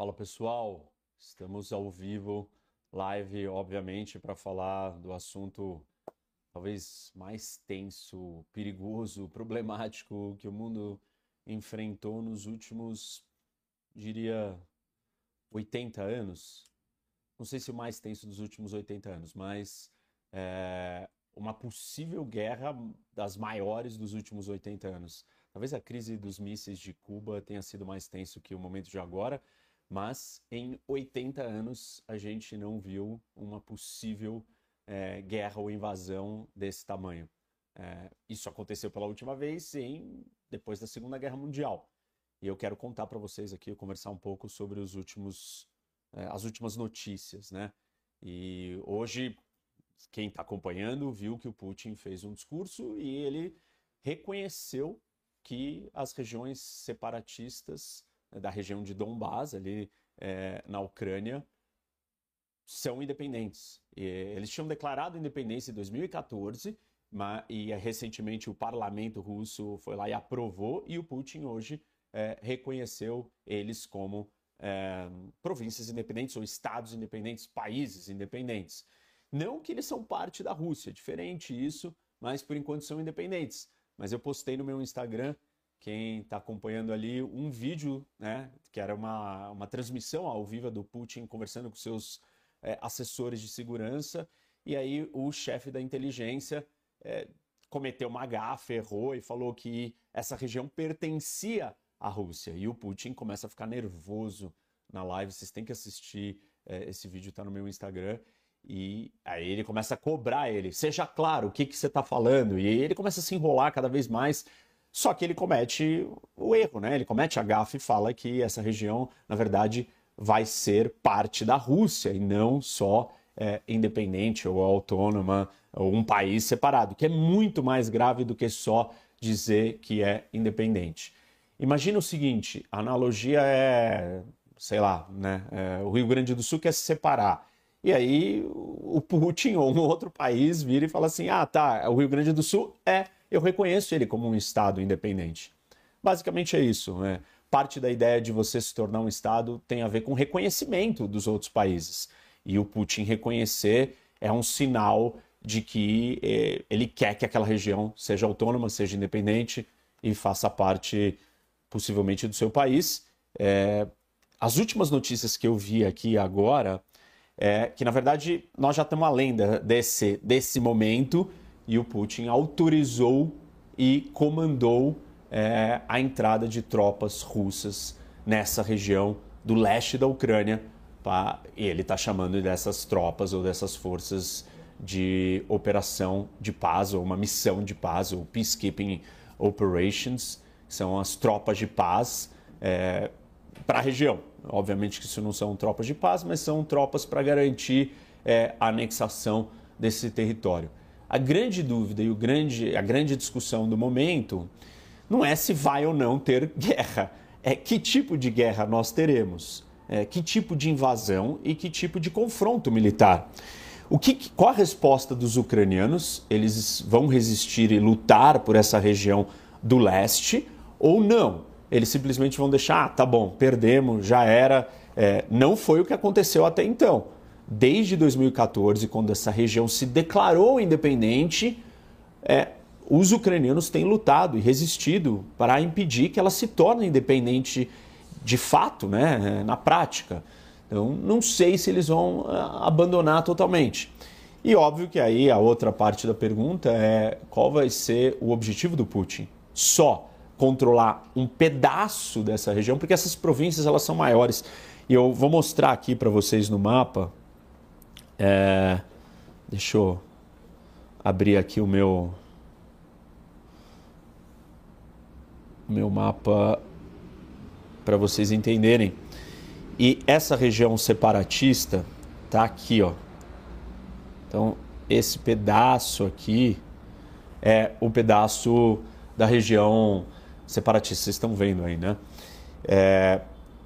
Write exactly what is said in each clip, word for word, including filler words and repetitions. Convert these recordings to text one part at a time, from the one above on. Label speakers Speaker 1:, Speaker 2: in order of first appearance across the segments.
Speaker 1: Fala pessoal, estamos ao vivo, live, obviamente, para falar do assunto talvez mais tenso, perigoso, problemático que o mundo enfrentou nos últimos, diria, oitenta anos. Não sei se o mais tenso dos últimos oitenta anos, mas é, uma possível guerra das maiores dos últimos oitenta anos. Talvez a crise dos mísseis de Cuba tenha sido mais tenso que o momento de agora, mas em oitenta anos a gente não viu uma possível é, guerra ou invasão desse tamanho. É, isso aconteceu pela última vez em, depois da Segunda Guerra Mundial. E eu quero contar para vocês aqui, conversar um pouco sobre os últimos, é, as últimas notícias, né? E hoje, quem está acompanhando viu que o Putin fez um discurso e ele reconheceu que as regiões separatistas da região de Donbás, ali é, na Ucrânia, são independentes. E eles tinham declarado independência em dois mil e quatorze, mas, e recentemente o parlamento russo foi lá e aprovou, e o Putin hoje é, reconheceu eles como é, províncias independentes ou estados independentes, países independentes. Não que eles são parte da Rússia, é diferente isso, mas por enquanto são independentes. Mas eu postei no meu Instagram, quem está acompanhando ali, um vídeo, né, que era uma, uma transmissão ao vivo do Putin conversando com seus é, assessores de segurança, e aí o chefe da inteligência é, cometeu uma gafe, errou e falou que essa região pertencia à Rússia. E o Putin começa a ficar nervoso na live, vocês têm que assistir, é, esse vídeo está no meu Instagram, e aí ele começa a cobrar ele, seja claro, o que, que você está falando? E aí ele começa a se enrolar cada vez mais. Só que ele comete o erro, né? Ele comete a gafe e fala que essa região, na verdade, vai ser parte da Rússia e não só é, independente ou autônoma ou um país separado, que é muito mais grave do que só dizer que é independente. Imagina o seguinte, a analogia é, sei lá, né? É, o Rio Grande do Sul quer se separar. E aí o Putin ou um outro país vira e fala assim, ah, tá, o Rio Grande do Sul é... eu reconheço ele como um Estado independente. Basicamente é isso. Né? Parte da ideia de você se tornar um Estado tem a ver com reconhecimento dos outros países. E o Putin reconhecer é um sinal de que eh, ele quer que aquela região seja autônoma, seja independente e faça parte, possivelmente, do seu país. É, as últimas notícias que eu vi aqui agora é que, na verdade, nós já estamos além desse, desse momento, e o Putin autorizou e comandou é, a entrada de tropas russas nessa região do leste da Ucrânia. Pra, e ele está chamando dessas tropas ou dessas forças de operação de paz, ou uma missão de paz, ou peacekeeping operations, que são as tropas de paz é, para a região. Obviamente que isso não são tropas de paz, mas são tropas para garantir é, a anexação desse território. A grande dúvida e o grande, a grande discussão do momento não é se vai ou não ter guerra, é que tipo de guerra nós teremos, é, que tipo de invasão e que tipo de confronto militar. O que, qual a resposta dos ucranianos? Eles vão resistir e lutar por essa região do leste ou não? Eles simplesmente vão deixar, ah, tá bom, perdemos, já era. É, não foi o que aconteceu até então. Desde dois mil e quatorze, quando essa região se declarou independente, é, os ucranianos têm lutado e resistido para impedir que ela se torne independente de fato, né, na prática. Então, não sei se eles vão abandonar totalmente. E óbvio que aí a outra parte da pergunta é qual vai ser o objetivo do Putin? Só controlar um pedaço dessa região, porque essas províncias elas são maiores. E eu vou mostrar aqui para vocês no mapa. É, deixa eu abrir aqui o meu, o meu mapa para vocês entenderem. E essa região separatista tá aqui, ó. Então, esse pedaço aqui é o pedaço da região separatista. Vocês estão vendo aí, né? É,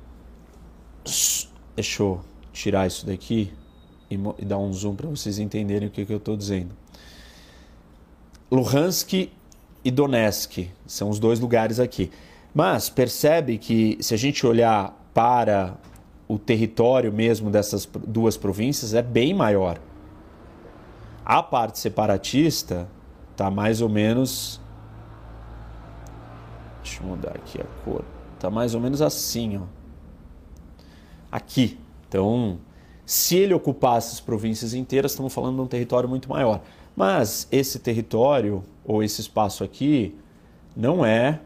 Speaker 1: deixa eu tirar isso daqui e dar um zoom para vocês entenderem o que, que eu estou dizendo. Luhansk e Donetsk são os dois lugares aqui. Mas percebe que se a gente olhar para o território mesmo dessas duas províncias é bem maior. A parte separatista está mais ou menos... Deixa eu mudar aqui a cor. Está mais ou menos assim, ó. Aqui. Então, se ele ocupar essas províncias inteiras, estamos falando de um território muito maior. Mas esse território, ou esse espaço aqui, não é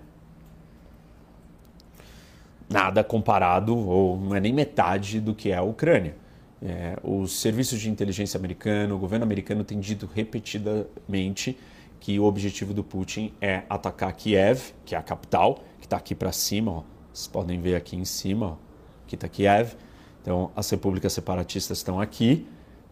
Speaker 1: nada comparado, ou não é nem metade do que é a Ucrânia. É, os serviços de inteligência americanos, o governo americano tem dito repetidamente que o objetivo do Putin é atacar Kiev, que é a capital, que está aqui para cima, ó. Vocês podem ver aqui em cima, ó. Aqui está Kiev. Então, as repúblicas separatistas estão aqui.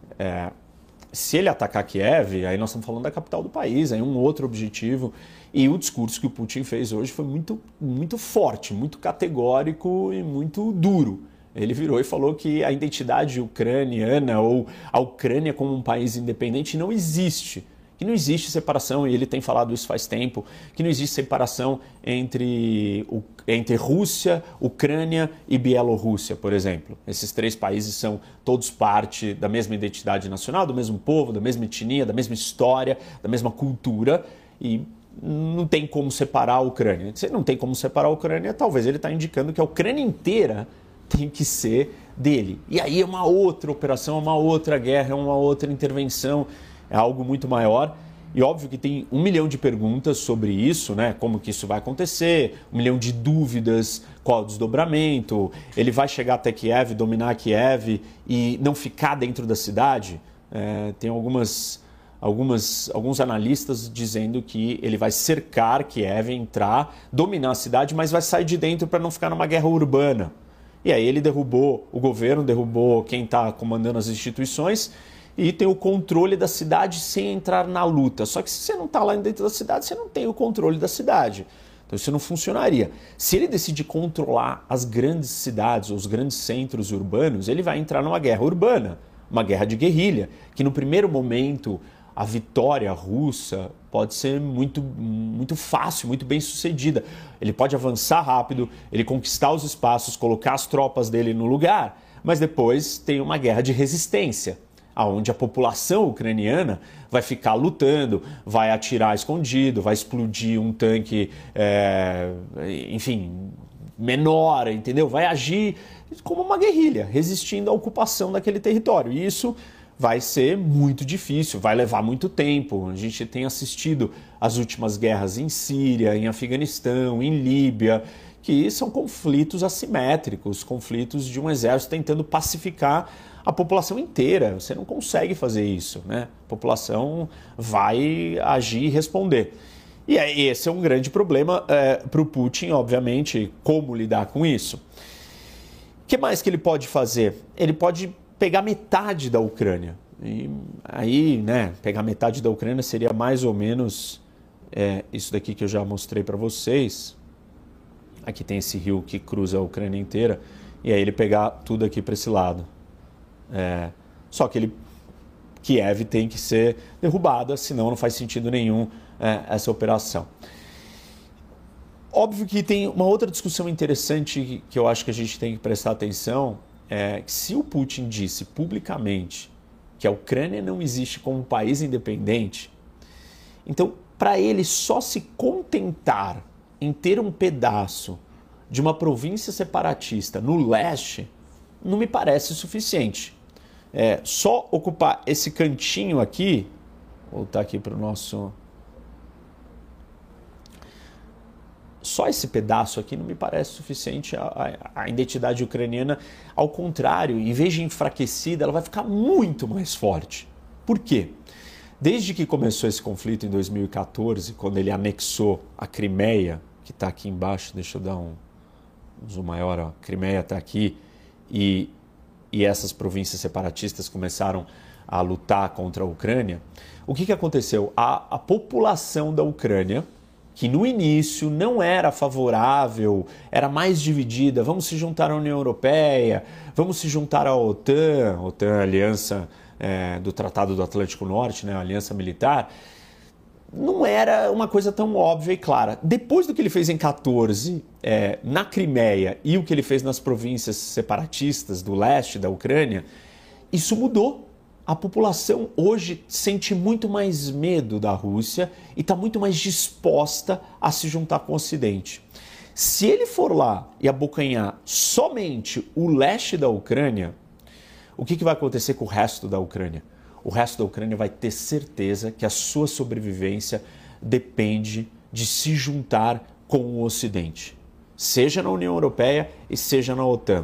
Speaker 1: É, se ele atacar Kiev, aí nós estamos falando da capital do país, aí um outro objetivo. E o discurso que o Putin fez hoje foi muito, muito forte, muito categórico e muito duro. Ele virou e falou que a identidade ucraniana ou a Ucrânia como um país independente não existe. Que não existe separação, e ele tem falado isso faz tempo, que não existe separação entre, entre Rússia, Ucrânia e Bielorrússia, por exemplo. Esses três países são todos parte da mesma identidade nacional, do mesmo povo, da mesma etnia, da mesma história, da mesma cultura, e não tem como separar a Ucrânia. Se não tem como separar a Ucrânia, talvez ele está indicando que a Ucrânia inteira tem que ser dele. E aí é uma outra operação, uma outra guerra, uma outra intervenção, é algo muito maior. E óbvio que tem um milhão de perguntas sobre isso, né? Como que isso vai acontecer, um milhão de dúvidas, qual o desdobramento, ele vai chegar até Kiev, dominar Kiev e não ficar dentro da cidade? É, tem algumas, algumas, alguns analistas dizendo que ele vai cercar Kiev, entrar, dominar a cidade, mas vai sair de dentro para não ficar numa guerra urbana. E aí ele derrubou o governo, derrubou quem está comandando as instituições e tem o controle da cidade sem entrar na luta. Só que se você não está lá dentro da cidade, você não tem o controle da cidade. Então isso não funcionaria. Se ele decidir controlar as grandes cidades, os grandes centros urbanos, ele vai entrar numa guerra urbana, uma guerra de guerrilha, que no primeiro momento a vitória russa pode ser muito, muito fácil, muito bem sucedida. Ele pode avançar rápido, ele conquistar os espaços, colocar as tropas dele no lugar, mas depois tem uma guerra de resistência, onde a população ucraniana vai ficar lutando, vai atirar escondido, vai explodir um tanque, é, enfim, menor, entendeu? Vai agir como uma guerrilha, resistindo à ocupação daquele território. E isso vai ser muito difícil, vai levar muito tempo. A gente tem assistido às últimas guerras em Síria, em Afeganistão, em Líbia, que são conflitos assimétricos, conflitos de um exército tentando pacificar a população inteira. Você não consegue fazer isso, né? A população vai agir e responder. E esse é um grande problema é, para o Putin, obviamente, como lidar com isso. O que mais que ele pode fazer? Ele pode pegar metade da Ucrânia. E aí, né, pegar metade da Ucrânia seria mais ou menos é, isso daqui que eu já mostrei para vocês. Aqui tem esse rio que cruza a Ucrânia inteira. E aí ele pegar tudo aqui para esse lado. É, só que ele, Kiev tem que ser derrubada, senão não faz sentido nenhum é, essa operação. Óbvio que tem uma outra discussão interessante que eu acho que a gente tem que prestar atenção. É, se o Putin disse publicamente que a Ucrânia não existe como um país independente, então, para ele só se contentar em ter um pedaço de uma província separatista no leste, não me parece suficiente. É, só ocupar esse cantinho aqui, vou voltar aqui para o nosso... Só esse pedaço aqui não me parece suficiente. A, a, a identidade ucraniana, ao contrário, em vez de enfraquecida, ela vai ficar muito mais forte. Por quê? Desde que começou esse conflito em dois mil e quatorze, quando ele anexou a Crimeia, que está aqui embaixo, deixa eu dar um, um zoom maior, ó. A Crimeia está aqui, e, e essas províncias separatistas começaram a lutar contra a Ucrânia, o que, que aconteceu? A, a população da Ucrânia, que no início não era favorável, era mais dividida, vamos se juntar à União Europeia, vamos se juntar à OTAN, OTAN, a aliança é, do Tratado do Atlântico Norte, né, a aliança militar, não era uma coisa tão óbvia e clara. Depois do que ele fez em quatorze, é, na Crimeia, e o que ele fez nas províncias separatistas do leste da Ucrânia, isso mudou. A população hoje sente muito mais medo da Rússia e está muito mais disposta a se juntar com o Ocidente. Se ele for lá e abocanhar somente o leste da Ucrânia, o que, que vai acontecer com o resto da Ucrânia? O resto da Ucrânia vai ter certeza que a sua sobrevivência depende de se juntar com o Ocidente, seja na União Europeia e seja na OTAN.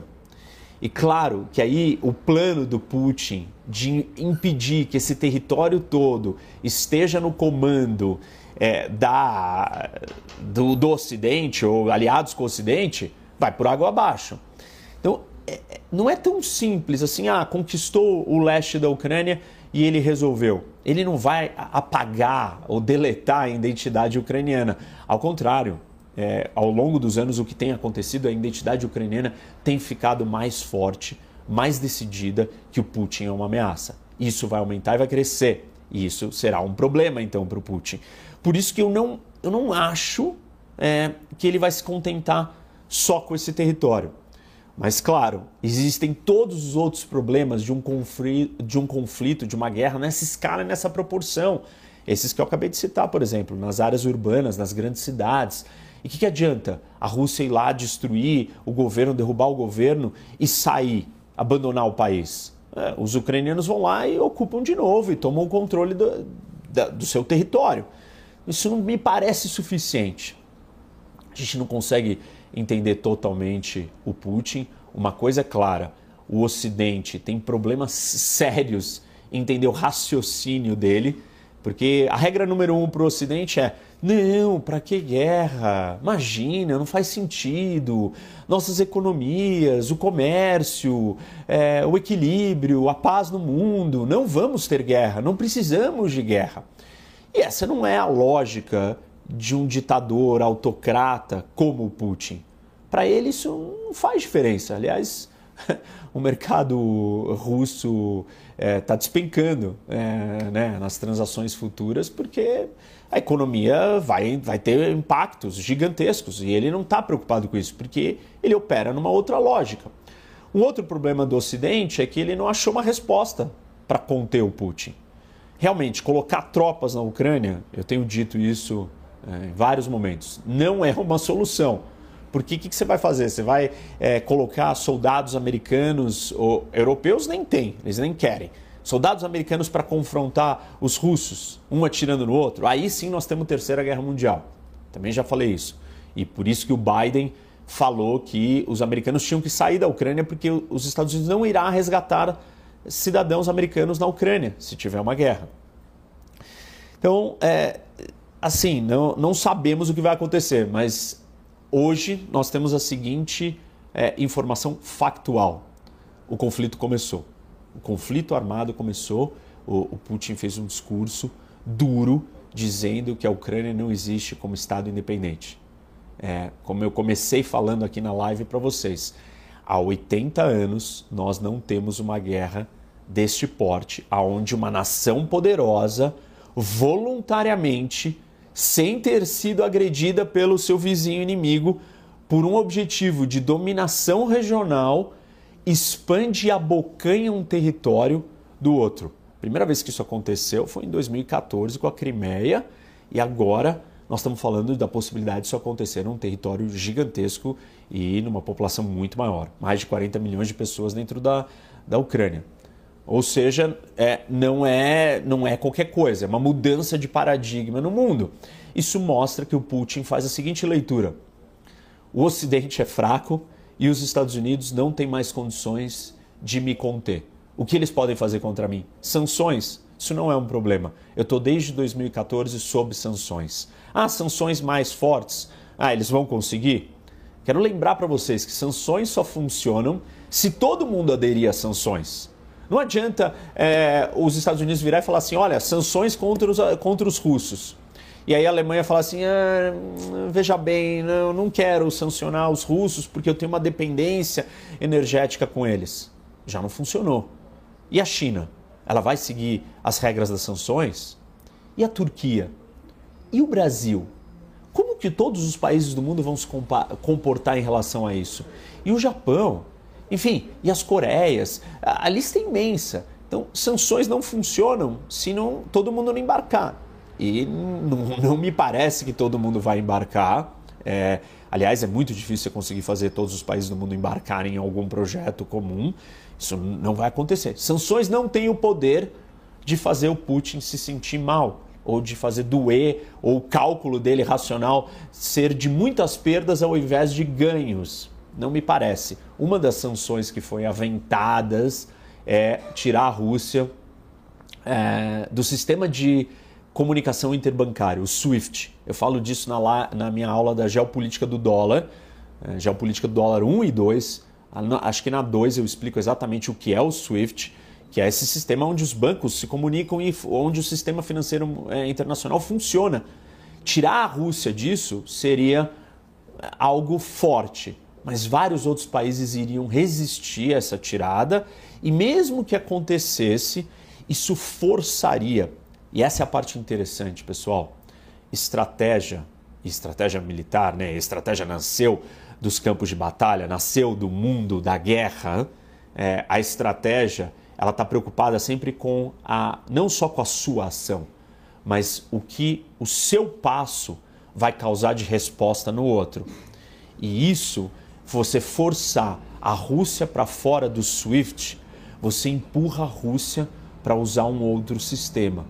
Speaker 1: E claro que aí o plano do Putin de impedir que esse território todo esteja no comando é, da, do, do Ocidente ou aliados com o Ocidente vai por água abaixo. Então é, não é tão simples assim, ah, conquistou o leste da Ucrânia e ele resolveu. Ele não vai apagar ou deletar a identidade ucraniana. Ao contrário, é, ao longo dos anos o que tem acontecido, a identidade ucraniana tem ficado mais forte, mais decidida que o Putin é uma ameaça. Isso vai aumentar e vai crescer. E isso será um problema, então, para o Putin. Por isso que eu não, eu não acho é, que ele vai se contentar só com esse território. Mas, claro, existem todos os outros problemas de um conflito, de, um conflito, de uma guerra nessa escala e nessa proporção. Esses que eu acabei de citar, por exemplo, nas áreas urbanas, nas grandes cidades. E o que, que adianta a Rússia ir lá destruir o governo, derrubar o governo e sair, abandonar o país? É, os ucranianos vão lá e ocupam de novo e tomam o controle do, da, do seu território. Isso não me parece suficiente. A gente não consegue entender totalmente o Putin. Uma coisa é clara, o Ocidente tem problemas sérios em entender o raciocínio dele, porque a regra número um para o Ocidente é: não, para que guerra? Imagina, não faz sentido. Nossas economias, o comércio, é, o equilíbrio, a paz no mundo, não vamos ter guerra, não precisamos de guerra. E essa não é a lógica de um ditador autocrata como o Putin. Para ele isso não faz diferença. Aliás, o mercado russo está é, despencando é, né, nas transações futuras porque a economia vai, vai ter impactos gigantescos e ele não está preocupado com isso porque ele opera numa outra lógica. Um outro problema do Ocidente é que ele não achou uma resposta para conter o Putin. Realmente, colocar tropas na Ucrânia, eu tenho dito isso é, em vários momentos, não é uma solução. Porque o que, que você vai fazer? Você vai é, colocar soldados americanos ou europeus? Nem tem, eles nem querem. Soldados americanos para confrontar os russos, um atirando no outro? Aí sim nós temos a Terceira Guerra Mundial. Também já falei isso. E por isso que o Biden falou que os americanos tinham que sair da Ucrânia porque os Estados Unidos não irá resgatar cidadãos americanos na Ucrânia se tiver uma guerra. Então, é, assim, não, não sabemos o que vai acontecer, mas hoje nós temos a seguinte é, informação factual. O conflito começou. O conflito armado começou. O, o Putin fez um discurso duro dizendo que a Ucrânia não existe como Estado independente. É, como eu comecei falando aqui na live para vocês, há oitenta anos nós não temos uma guerra deste porte, aonde uma nação poderosa, voluntariamente, sem ter sido agredida pelo seu vizinho inimigo, por um objetivo de dominação regional, expande e abocanha um território do outro. A primeira vez que isso aconteceu foi em dois mil e quatorze com a Crimeia, e agora nós estamos falando da possibilidade disso acontecer num território gigantesco e numa população muito maior. Mais de quarenta milhões de pessoas dentro da, da Ucrânia. Ou seja, é, não, é, não é qualquer coisa, é uma mudança de paradigma no mundo. Isso mostra que o Putin faz a seguinte leitura: o Ocidente é fraco e os Estados Unidos não têm mais condições de me conter. O que eles podem fazer contra mim? Sanções? Isso não é um problema. Eu estou desde dois mil e quatorze sob sanções. Ah, sanções mais fortes? Ah, eles vão conseguir? Quero lembrar para vocês que sanções só funcionam se todo mundo aderir às sanções. Não adianta é, os Estados Unidos virar e falar assim: olha, sanções contra os, contra os russos. E aí a Alemanha fala assim: ah, veja bem, não, não quero sancionar os russos porque eu tenho uma dependência energética com eles. Já não funcionou. E a China? Ela vai seguir as regras das sanções? E a Turquia? E o Brasil? Como que todos os países do mundo vão se comportar em relação a isso? E o Japão? Enfim, e as Coreias? A lista é imensa. Então, sanções não funcionam se não, todo mundo não embarcar. E não, não me parece que todo mundo vai embarcar. É, aliás, é muito difícil você conseguir fazer todos os países do mundo embarcarem em algum projeto comum. Isso não vai acontecer. Sanções não têm o poder de fazer o Putin se sentir mal, ou de fazer doer, ou o cálculo dele racional ser de muitas perdas ao invés de ganhos. Não me parece. Uma das sanções que foi aventadas é tirar a Rússia é, do sistema de comunicação interbancário, o SWIFT. Eu falo disso na, na minha aula da geopolítica do dólar, é, geopolítica do dólar um e dois. Acho que na dois eu explico exatamente o que é o SWIFT, que é esse sistema onde os bancos se comunicam e onde o sistema financeiro é, internacional funciona. Tirar a Rússia disso seria algo forte, mas vários outros países iriam resistir a essa tirada e mesmo que acontecesse, isso forçaria. E essa é a parte interessante, pessoal. Estratégia, estratégia militar, né? Estratégia nasceu dos campos de batalha, nasceu do mundo da guerra. É, a estratégia, ela está preocupada sempre com a, não só com a sua ação, mas o que o seu passo vai causar de resposta no outro. E isso, você forçar a Rússia para fora do SWIFT, você empurra a Rússia para usar um outro sistema.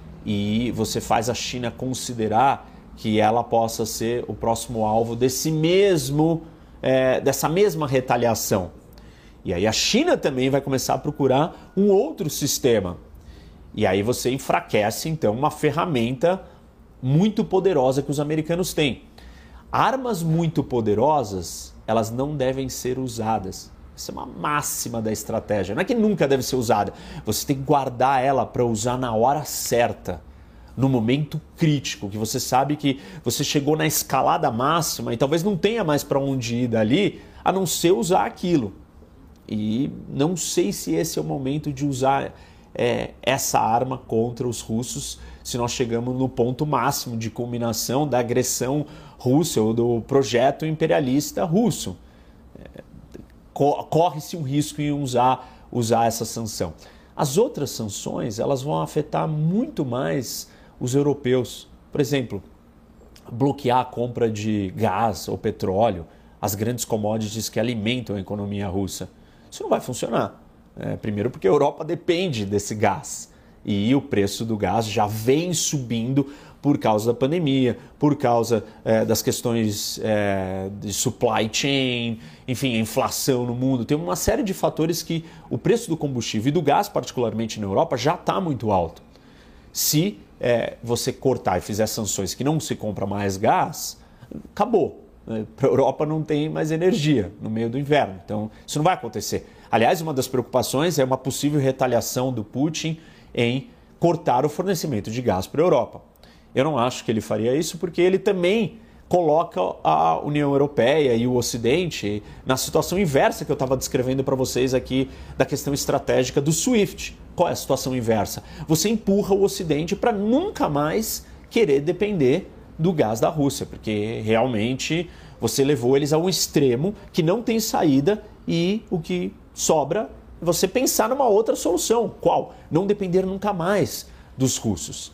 Speaker 1: E você faz a China considerar que ela possa ser o próximo alvo desse mesmo, é, dessa mesma retaliação. E aí a China também vai começar a procurar um outro sistema. E aí você enfraquece, então, uma ferramenta muito poderosa que os americanos têm. Armas muito poderosas, elas não devem ser usadas. Essa é uma máxima da estratégia. Não é que nunca deve ser usada. Você tem que guardar ela para usar na hora certa, no momento crítico, que você sabe que você chegou na escalada máxima e talvez não tenha mais para onde ir dali, a não ser usar aquilo. E não sei se esse é o momento de usar é, essa arma contra os russos, se nós chegamos no ponto máximo de culminação da agressão russa ou do projeto imperialista russo. É, corre-se um risco em usar, usar essa sanção. As outras sanções, elas vão afetar muito mais os europeus. Por exemplo, bloquear a compra de gás ou petróleo, as grandes commodities que alimentam a economia russa. Isso não vai funcionar. É, primeiro porque a Europa depende desse gás e o preço do gás já vem subindo por causa da pandemia, por causa é, das questões é, de supply chain, enfim, a inflação no mundo. Tem uma série de fatores que o preço do combustível e do gás, particularmente na Europa, já está muito alto. Se é, você cortar e fizer sanções que não se compra mais gás, acabou. Para a Europa não tem mais energia no meio do inverno, então isso não vai acontecer. Aliás, uma das preocupações é uma possível retaliação do Putin em cortar o fornecimento de gás para a Europa. Eu não acho que ele faria isso porque ele também coloca a União Europeia e o Ocidente na situação inversa que eu estava descrevendo para vocês aqui da questão estratégica do SWIFT. Qual é a situação inversa? Você empurra o Ocidente para nunca mais querer depender do gás da Rússia, porque realmente você levou eles a um extremo que não tem saída e o que sobra é você pensar numa outra solução. Qual? Não depender nunca mais dos russos.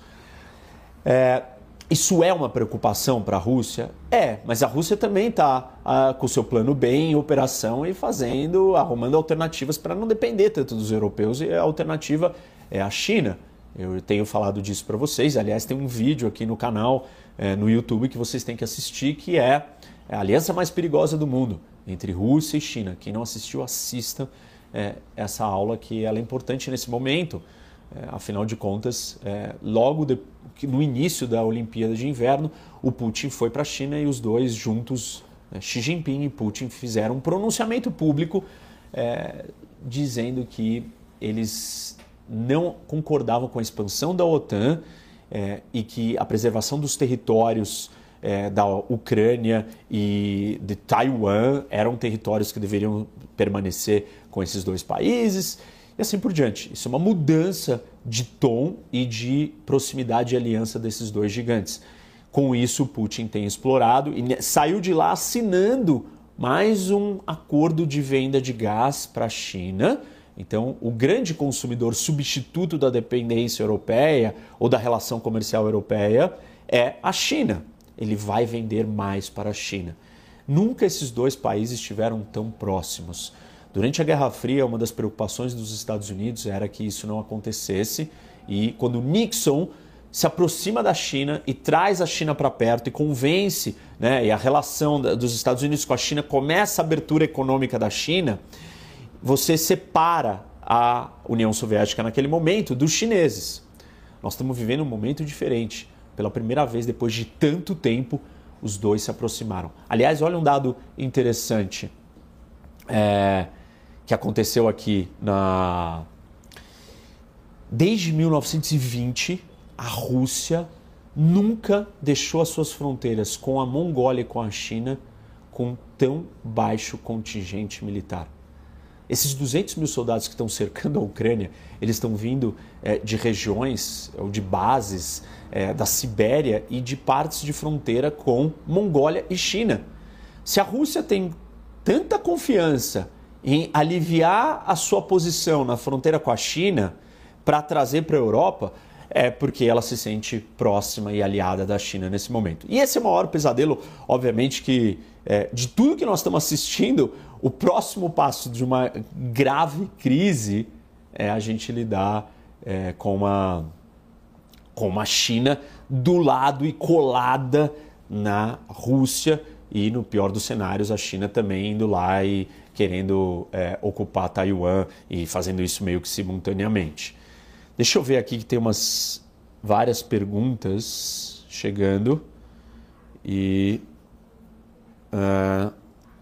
Speaker 1: É, isso é uma preocupação para a Rússia? É, mas a Rússia também está ah, com o seu plano B em operação e fazendo, arrumando alternativas para não depender tanto dos europeus, e a alternativa é a China. Eu tenho falado disso para vocês, aliás tem um vídeo aqui no canal, é, no YouTube, que vocês têm que assistir, que é a aliança mais perigosa do mundo, entre Rússia e China. Quem não assistiu, assista é, essa aula, que ela é importante nesse momento. É, afinal de contas, é, logo de, no início da Olimpíada de Inverno, o Putin foi para a China e os dois juntos, né, Xi Jinping e Putin, fizeram um pronunciamento público é, dizendo que eles não concordavam com a expansão da OTAN é, e que a preservação dos territórios é, da Ucrânia e de Taiwan eram territórios que deveriam permanecer com esses dois países e assim por diante. Isso é uma mudança de tom e de proximidade e aliança desses dois gigantes. Com isso, Putin tem explorado e saiu de lá assinando mais um acordo de venda de gás para a China. Então, o grande consumidor substituto da dependência europeia ou da relação comercial europeia é a China. Ele vai vender mais para a China. Nunca esses dois países estiveram tão próximos. Durante a Guerra Fria, uma das preocupações dos Estados Unidos era que isso não acontecesse. E quando Nixon se aproxima da China e traz a China para perto e convence, né, e a relação dos Estados Unidos com a China começa a abertura econômica da China, você separa a União Soviética naquele momento dos chineses. Nós estamos vivendo um momento diferente. Pela primeira vez, depois de tanto tempo, os dois se aproximaram. Aliás, olha um dado interessante é, que aconteceu aqui na... Desde mil novecentos e vinte, a Rússia nunca deixou as suas fronteiras com a Mongólia e com a China com tão baixo contingente militar. Esses duzentos mil soldados que estão cercando a Ucrânia, eles estão vindo é, de regiões ou de bases é, da Sibéria e de partes de fronteira com Mongólia e China. Se a Rússia tem tanta confiança em aliviar a sua posição na fronteira com a China para trazer para a Europa, é porque ela se sente próxima e aliada da China nesse momento. E esse é o maior pesadelo, obviamente, que é, de tudo que nós estamos assistindo, o próximo passo de uma grave crise é a gente lidar é, com, uma, com uma China do lado e colada na Rússia e, no pior dos cenários, a China também indo lá e querendo é, ocupar Taiwan e fazendo isso meio que simultaneamente. Deixa eu ver aqui que tem umas várias perguntas chegando e uh,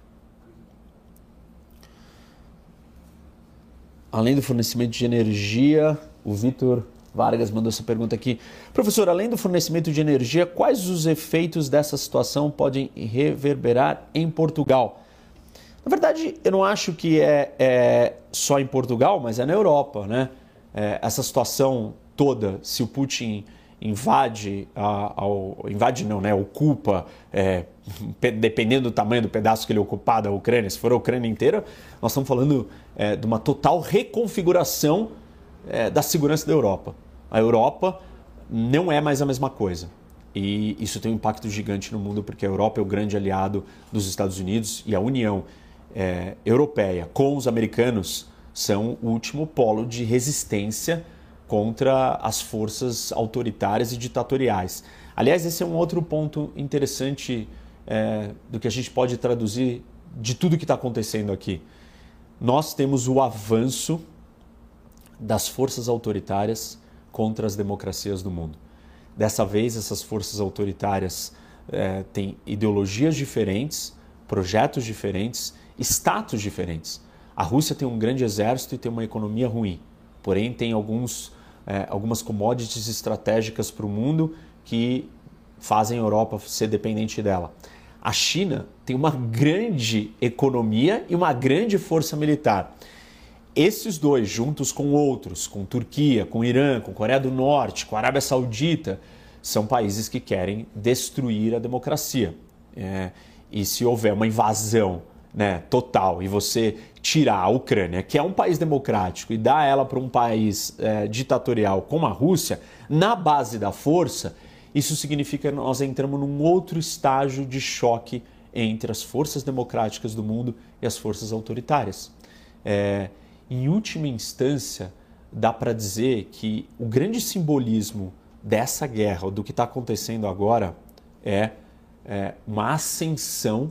Speaker 1: além do fornecimento de energia, o Vitor Vargas mandou essa pergunta aqui. Professor, além do fornecimento de energia, quais os efeitos dessa situação podem reverberar em Portugal? Na verdade, eu não acho que é, é só em Portugal, mas é na Europa, né? É, essa situação toda, se o Putin invade, a, ao, invade não, né, ocupa, é, dependendo do tamanho do pedaço que ele ocupar da Ucrânia, se for a Ucrânia inteira, nós estamos falando é, de uma total reconfiguração é, da segurança da Europa. A Europa não é mais a mesma coisa. E isso tem um impacto gigante no mundo, porque a Europa é o grande aliado dos Estados Unidos e a União é, Europeia com os americanos são o último polo de resistência contra as forças autoritárias e ditatoriais. Aliás, esse é um outro ponto interessante é, do que a gente pode traduzir de tudo que está acontecendo aqui. Nós temos o avanço das forças autoritárias contra as democracias do mundo. Dessa vez, essas forças autoritárias é, têm ideologias diferentes, projetos diferentes, status diferentes. A Rússia tem um grande exército e tem uma economia ruim, porém tem alguns, é, algumas commodities estratégicas para o mundo que fazem a Europa ser dependente dela. A China tem uma grande economia e uma grande força militar. Esses dois, juntos com outros, com Turquia, com Irã, com Coreia do Norte, com a Arábia Saudita, são países que querem destruir a democracia. É, e se houver uma invasão, né, total, e você tirar a Ucrânia, que é um país democrático, e dar ela para um país é, ditatorial como a Rússia, na base da força, isso significa que nós entramos num outro estágio de choque entre as forças democráticas do mundo e as forças autoritárias. É, em última instância, dá para dizer que o grande simbolismo dessa guerra, ou do que está acontecendo agora, é, é uma ascensão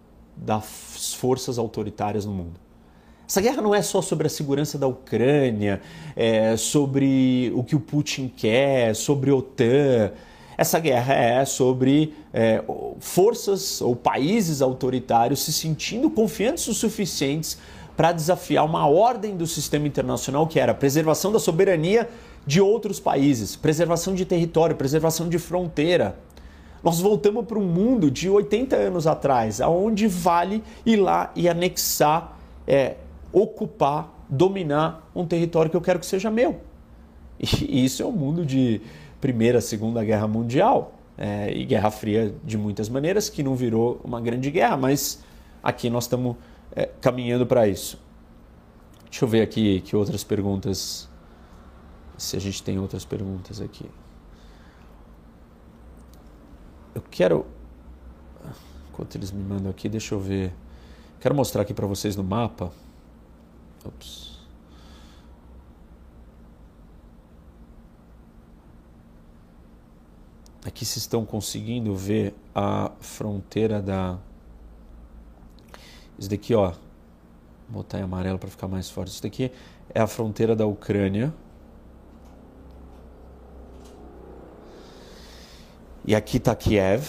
Speaker 1: das forças autoritárias no mundo. Essa guerra não é só sobre a segurança da Ucrânia, é sobre o que o Putin quer, sobre a OTAN. Essa guerra é sobre é, forças ou países autoritários se sentindo confiantes o suficientes para desafiar uma ordem do sistema internacional que era a preservação da soberania de outros países, preservação de território, preservação de fronteira. Nós voltamos para um mundo de oitenta anos atrás, onde vale ir lá e anexar, é, ocupar, dominar um território que eu quero que seja meu. E isso é o mundo de Primeira, Segunda Guerra Mundial. é, e Guerra Fria de muitas maneiras, que não virou uma grande guerra, mas aqui nós estamos é, caminhando para isso. Deixa eu ver aqui que outras perguntas, se a gente tem outras perguntas aqui. Eu quero, enquanto eles me mandam aqui, deixa eu ver, quero mostrar aqui para vocês no mapa. Ops. Aqui vocês estão conseguindo ver a fronteira da... Isso daqui, ó, vou botar em amarelo para ficar mais forte. Isso daqui é a fronteira da Ucrânia. E aqui está Kiev.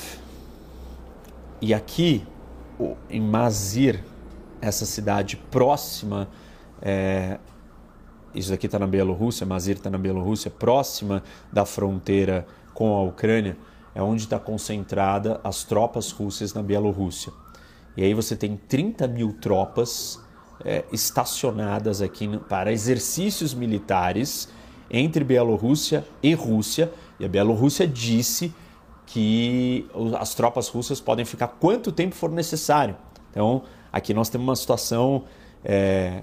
Speaker 1: E aqui, em Mazir, essa cidade próxima, é, isso aqui está na Bielorrússia, Mazir está na Bielorrússia, próxima da fronteira com a Ucrânia, é onde está concentrada as tropas russas na Bielorrússia. E aí você tem trinta mil tropas é, estacionadas aqui para exercícios militares entre Bielorrússia e Rússia. E a Bielorrússia disse que as tropas russas podem ficar quanto tempo for necessário. Então, aqui nós temos uma situação é,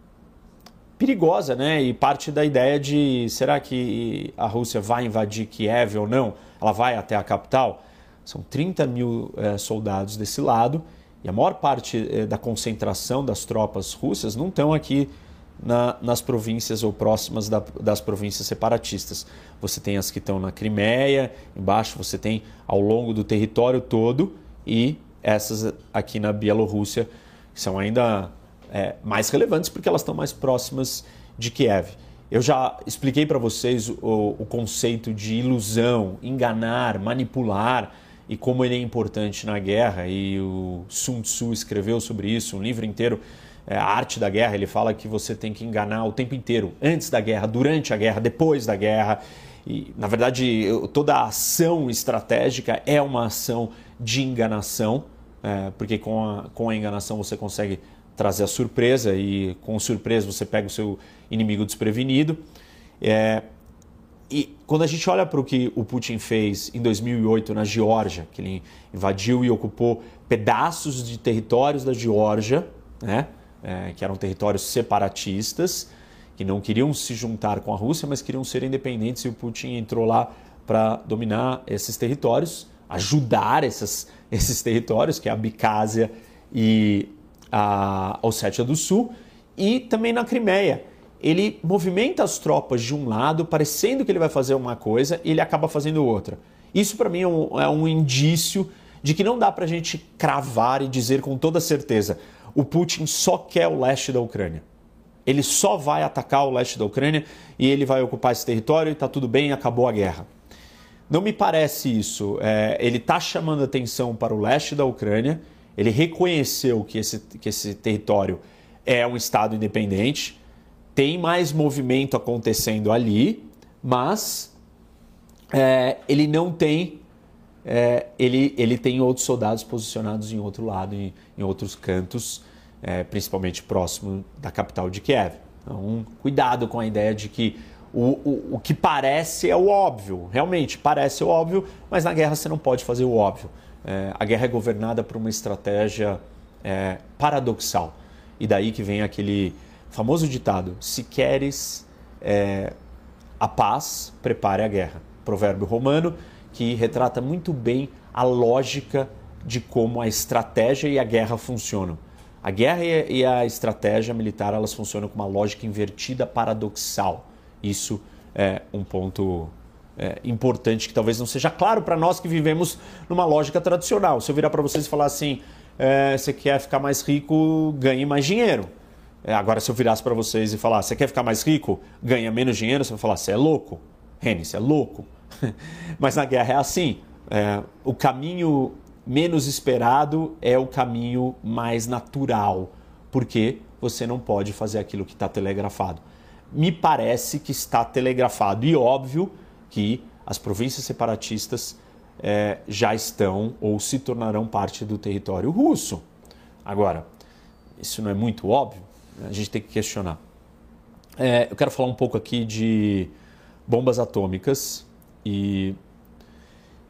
Speaker 1: perigosa, né? E parte da ideia de, será que a Rússia vai invadir Kiev ou não? Ela vai até a capital? São trinta mil é, soldados desse lado, e a maior parte é, da concentração das tropas russas não estão aqui na, nas províncias ou próximas da, das províncias separatistas. Você tem as que estão na Crimeia, embaixo você tem ao longo do território todo, e essas aqui na Bielorrússia, que são ainda é, mais relevantes porque elas estão mais próximas de Kiev. Eu já expliquei para vocês o, o conceito de ilusão, enganar, manipular e como ele é importante na guerra, e o Sun Tzu escreveu sobre isso, um livro inteiro, é, A Arte da Guerra. Ele fala que você tem que enganar o tempo inteiro, antes da guerra, durante a guerra, depois da guerra. E, na verdade, toda a ação estratégica é uma ação de enganação, é, porque com a, com a enganação você consegue trazer a surpresa, e com surpresa você pega o seu inimigo desprevenido. É, e quando a gente olha para o que o Putin fez em dois mil e oito na Geórgia, que ele invadiu e ocupou pedaços de territórios da Geórgia, né, é, que eram territórios separatistas, que não queriam se juntar com a Rússia, mas queriam ser independentes, e o Putin entrou lá para dominar esses territórios, ajudar essas, esses territórios, que é a Abcásia e a Ossétia do Sul, e também na Crimeia. Ele movimenta as tropas de um lado, parecendo que ele vai fazer uma coisa, e ele acaba fazendo outra. Isso, para mim, é um, é um indício de que não dá para a gente cravar e dizer com toda certeza: o Putin só quer o leste da Ucrânia. Ele só vai atacar o leste da Ucrânia e ele vai ocupar esse território e está tudo bem, acabou a guerra. Não me parece isso. É, ele está chamando atenção para o leste da Ucrânia, ele reconheceu que esse, que esse território é um estado independente, tem mais movimento acontecendo ali, mas é, ele não tem, é, ele, ele tem outros soldados posicionados em outro lado, em, em outros cantos, é, principalmente próximo da capital de Kiev. Então, cuidado com a ideia de que o, o, o que parece é o óbvio, realmente parece o óbvio, mas na guerra você não pode fazer o óbvio. É, a guerra é governada por uma estratégia é, paradoxal, e daí que vem aquele famoso ditado: se queres é, a paz, prepare a guerra. Provérbio romano que retrata muito bem a lógica de como a estratégia e a guerra funcionam. A guerra e a estratégia militar, elas funcionam com uma lógica invertida, paradoxal. Isso é um ponto é, importante que talvez não seja claro para nós que vivemos numa lógica tradicional. Se eu virar para vocês e falar assim, é, você quer ficar mais rico, ganhe mais dinheiro. É, agora, se eu virasse para vocês e falar, você quer ficar mais rico, ganha menos dinheiro, você vai falar, você é louco. Reni, você é louco. Mas na guerra é assim, é, o caminho menos esperado é o caminho mais natural, porque você não pode fazer aquilo que está telegrafado. Me parece que está telegrafado, e óbvio que as províncias separatistas é, já estão ou se tornarão parte do território russo. Agora, isso não é muito óbvio? A gente tem que questionar. É, eu quero falar um pouco aqui de bombas atômicas, e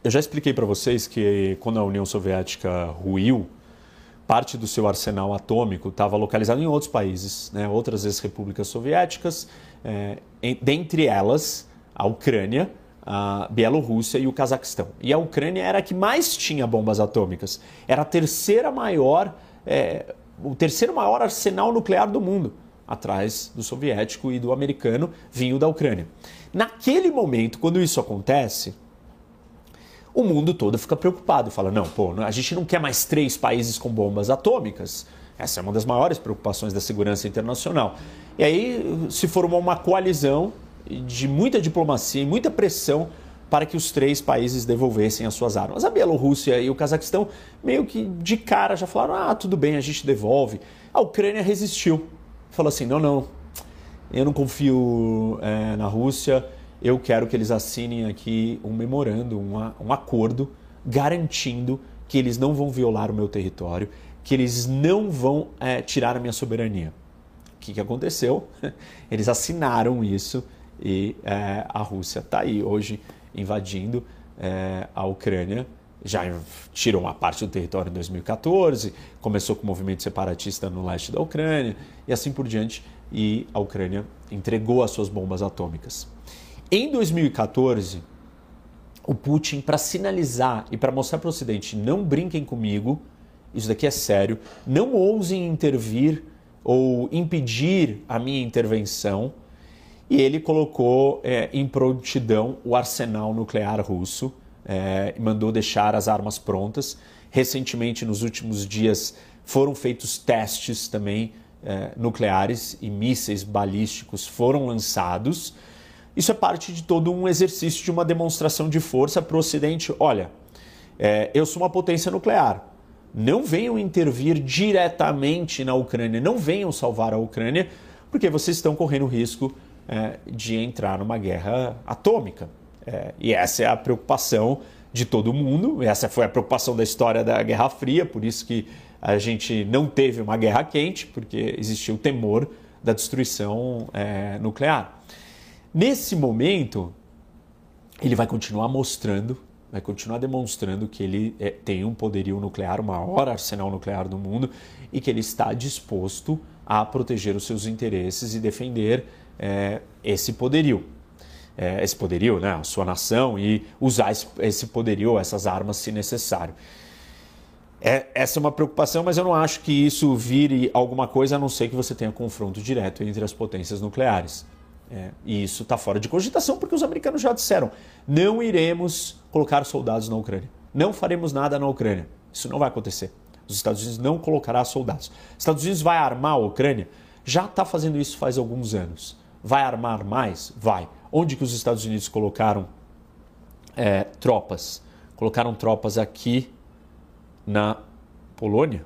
Speaker 1: eu já expliquei para vocês que quando a União Soviética ruiu, parte do seu arsenal atômico estava localizado em outros países, né? Outras ex-repúblicas soviéticas, é, em, dentre elas a Ucrânia, a Bielorrússia e o Cazaquistão. E a Ucrânia era a que mais tinha bombas atômicas. Era a terceira maior, é, o terceiro maior arsenal nuclear do mundo, atrás do soviético e do americano, vinha o da Ucrânia. Naquele momento, quando isso acontece, o mundo todo fica preocupado, fala, não, pô, a gente não quer mais três países com bombas atômicas. Essa é uma das maiores preocupações da segurança internacional. E aí se formou uma coalizão de muita diplomacia e muita pressão para que os três países devolvessem as suas armas. A Bielorrússia e o Cazaquistão meio que de cara já falaram, ah, tudo bem, a gente devolve. A Ucrânia resistiu, falou assim, não, não, eu não confio é, na Rússia, eu quero que eles assinem aqui um memorando, um, um acordo garantindo que eles não vão violar o meu território, que eles não vão é, tirar a minha soberania. O que, que aconteceu? Eles assinaram isso e é, a Rússia está aí hoje invadindo é, a Ucrânia. Já tirou uma parte do território em dois mil e quatorze, começou com o movimento separatista no leste da Ucrânia e assim por diante, e a Ucrânia entregou as suas bombas atômicas. Em dois mil e quatorze, o Putin, para sinalizar e para mostrar para o Ocidente, não brinquem comigo, isso daqui é sério, não ousem intervir ou impedir a minha intervenção, e ele colocou é, em prontidão o arsenal nuclear russo, é, e mandou deixar as armas prontas. Recentemente, nos últimos dias, foram feitos testes também é, nucleares e mísseis balísticos foram lançados. Isso é parte de todo um exercício de uma demonstração de força para o Ocidente. Olha, é, eu sou uma potência nuclear. Não venham intervir diretamente na Ucrânia, não venham salvar a Ucrânia, porque vocês estão correndo o risco é, de entrar numa guerra atômica. É, e essa é a preocupação de todo mundo, essa foi a preocupação da história da Guerra Fria, por isso que a gente não teve uma guerra quente, porque existia o temor da destruição é, nuclear. Nesse momento, ele vai continuar mostrando, vai continuar demonstrando que ele é, tem um poderio nuclear, o maior arsenal nuclear do mundo, e que ele está disposto a proteger os seus interesses e defender é, esse poderio. É, esse poderio, né, a sua nação, e usar esse, esse poderio, essas armas, se necessário. É, essa é uma preocupação, mas eu não acho que isso vire alguma coisa, a não ser que você tenha confronto direto entre as potências nucleares. É, e isso está fora de cogitação, porque os americanos já disseram, não iremos colocar soldados na Ucrânia, não faremos nada na Ucrânia. Isso não vai acontecer. Os Estados Unidos não colocará soldados. Os Estados Unidos vai armar a Ucrânia? Já está fazendo isso faz alguns anos. Vai armar mais? Vai. Onde que os Estados Unidos colocaram é, tropas? Colocaram tropas aqui na Polônia.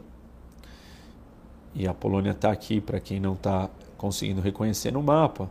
Speaker 1: E a Polônia está aqui, para quem não está conseguindo reconhecer no mapa.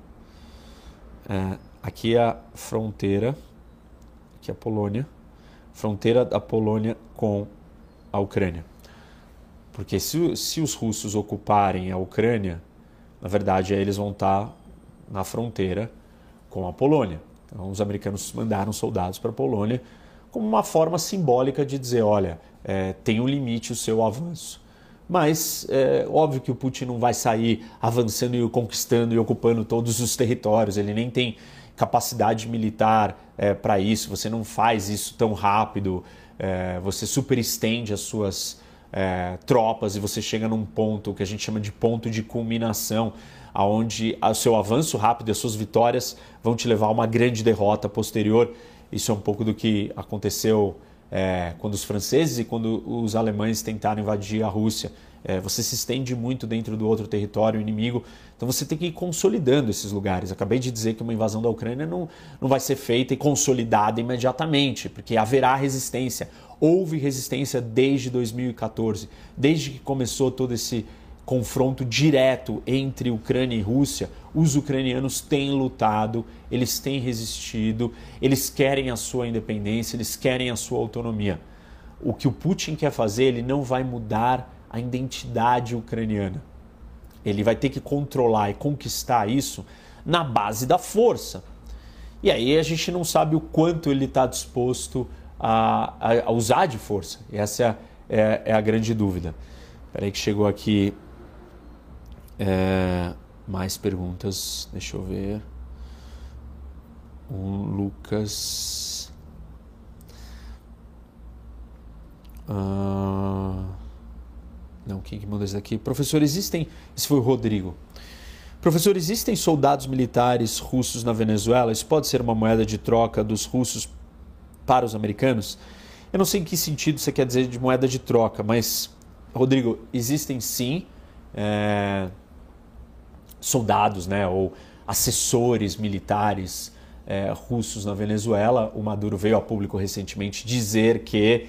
Speaker 1: É, aqui é a fronteira, aqui é a Polônia, fronteira da Polônia com a Ucrânia. Porque se, se os russos ocuparem a Ucrânia, na verdade aí eles vão estar na fronteira com a Polônia. Então os americanos mandaram soldados para a Polônia como uma forma simbólica de dizer, olha, é, tem um limite o seu avanço. Mas é óbvio que o Putin não vai sair avançando e conquistando e ocupando todos os territórios, ele nem tem capacidade militar é, para isso, você não faz isso tão rápido, é, você superestende as suas é, tropas e você chega num ponto que a gente chama de ponto de culminação, onde o seu avanço rápido e as suas vitórias vão te levar a uma grande derrota posterior. Isso é um pouco do que aconteceu É, quando os franceses e quando os alemães tentaram invadir a Rússia. É, você se estende muito dentro do outro território inimigo, então você tem que ir consolidando esses lugares. Acabei de dizer que uma invasão da Ucrânia não, não vai ser feita e consolidada imediatamente, porque haverá resistência. Houve resistência desde dois mil e quatorze, desde que começou todo esse confronto direto entre Ucrânia e Rússia. Os ucranianos têm lutado, eles têm resistido, eles querem a sua independência, eles querem a sua autonomia. O que o Putin quer fazer, ele não vai mudar a identidade ucraniana. Ele vai ter que controlar e conquistar isso na base da força. E aí a gente não sabe o quanto ele está disposto a, a usar de força. E essa é a, é, é a grande dúvida. Espera aí que chegou aqui é, mais perguntas. Deixa eu ver. Um Lucas... Uh, não, quem que mandou isso daqui? Professor, existem... Esse foi o Rodrigo. Professor, existem soldados militares russos na Venezuela? Isso pode ser uma moeda de troca dos russos para os americanos? Eu não sei em que sentido você quer dizer de moeda de troca, mas, Rodrigo, existem sim é, soldados, né, ou assessores militares é, russos na Venezuela. O Maduro veio a público recentemente dizer que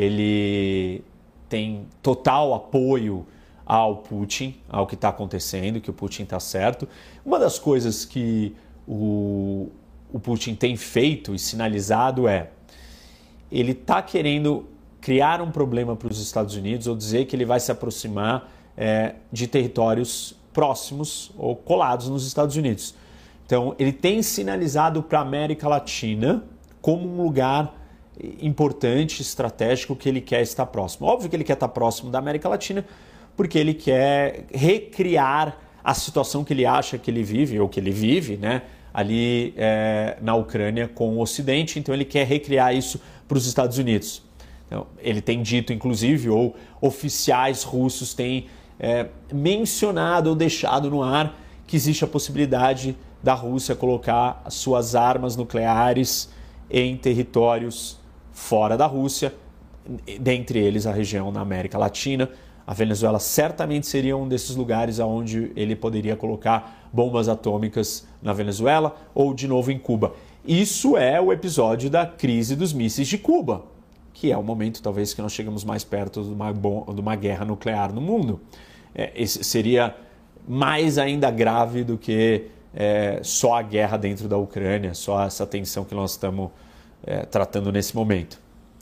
Speaker 1: ele tem total apoio ao Putin, ao que está acontecendo, que o Putin está certo. Uma das coisas que o, o Putin tem feito e sinalizado é ele está querendo criar um problema para os Estados Unidos ou dizer que ele vai se aproximar é, de territórios próximos ou colados nos Estados Unidos. Então, ele tem sinalizado para a América Latina como um lugar importante, estratégico, que ele quer estar próximo. Óbvio que ele quer estar próximo da América Latina porque ele quer recriar a situação que ele acha que ele vive, ou que ele vive, né, ali é, na Ucrânia com o Ocidente. Então ele quer recriar isso para os Estados Unidos. Então, ele tem dito, inclusive, ou oficiais russos têm é, mencionado ou deixado no ar que existe a possibilidade da Rússia colocar as suas armas nucleares em territórios fora da Rússia, dentre eles a região na América Latina. A Venezuela certamente seria um desses lugares onde ele poderia colocar bombas atômicas na Venezuela ou de novo em Cuba. Isso é o episódio da crise dos mísseis de Cuba, que é o momento talvez que nós chegamos mais perto de uma, de uma guerra nuclear no mundo. É, esse seria mais ainda grave do que é, só a guerra dentro da Ucrânia, só essa tensão que nós estamos é, tratando nesse momento.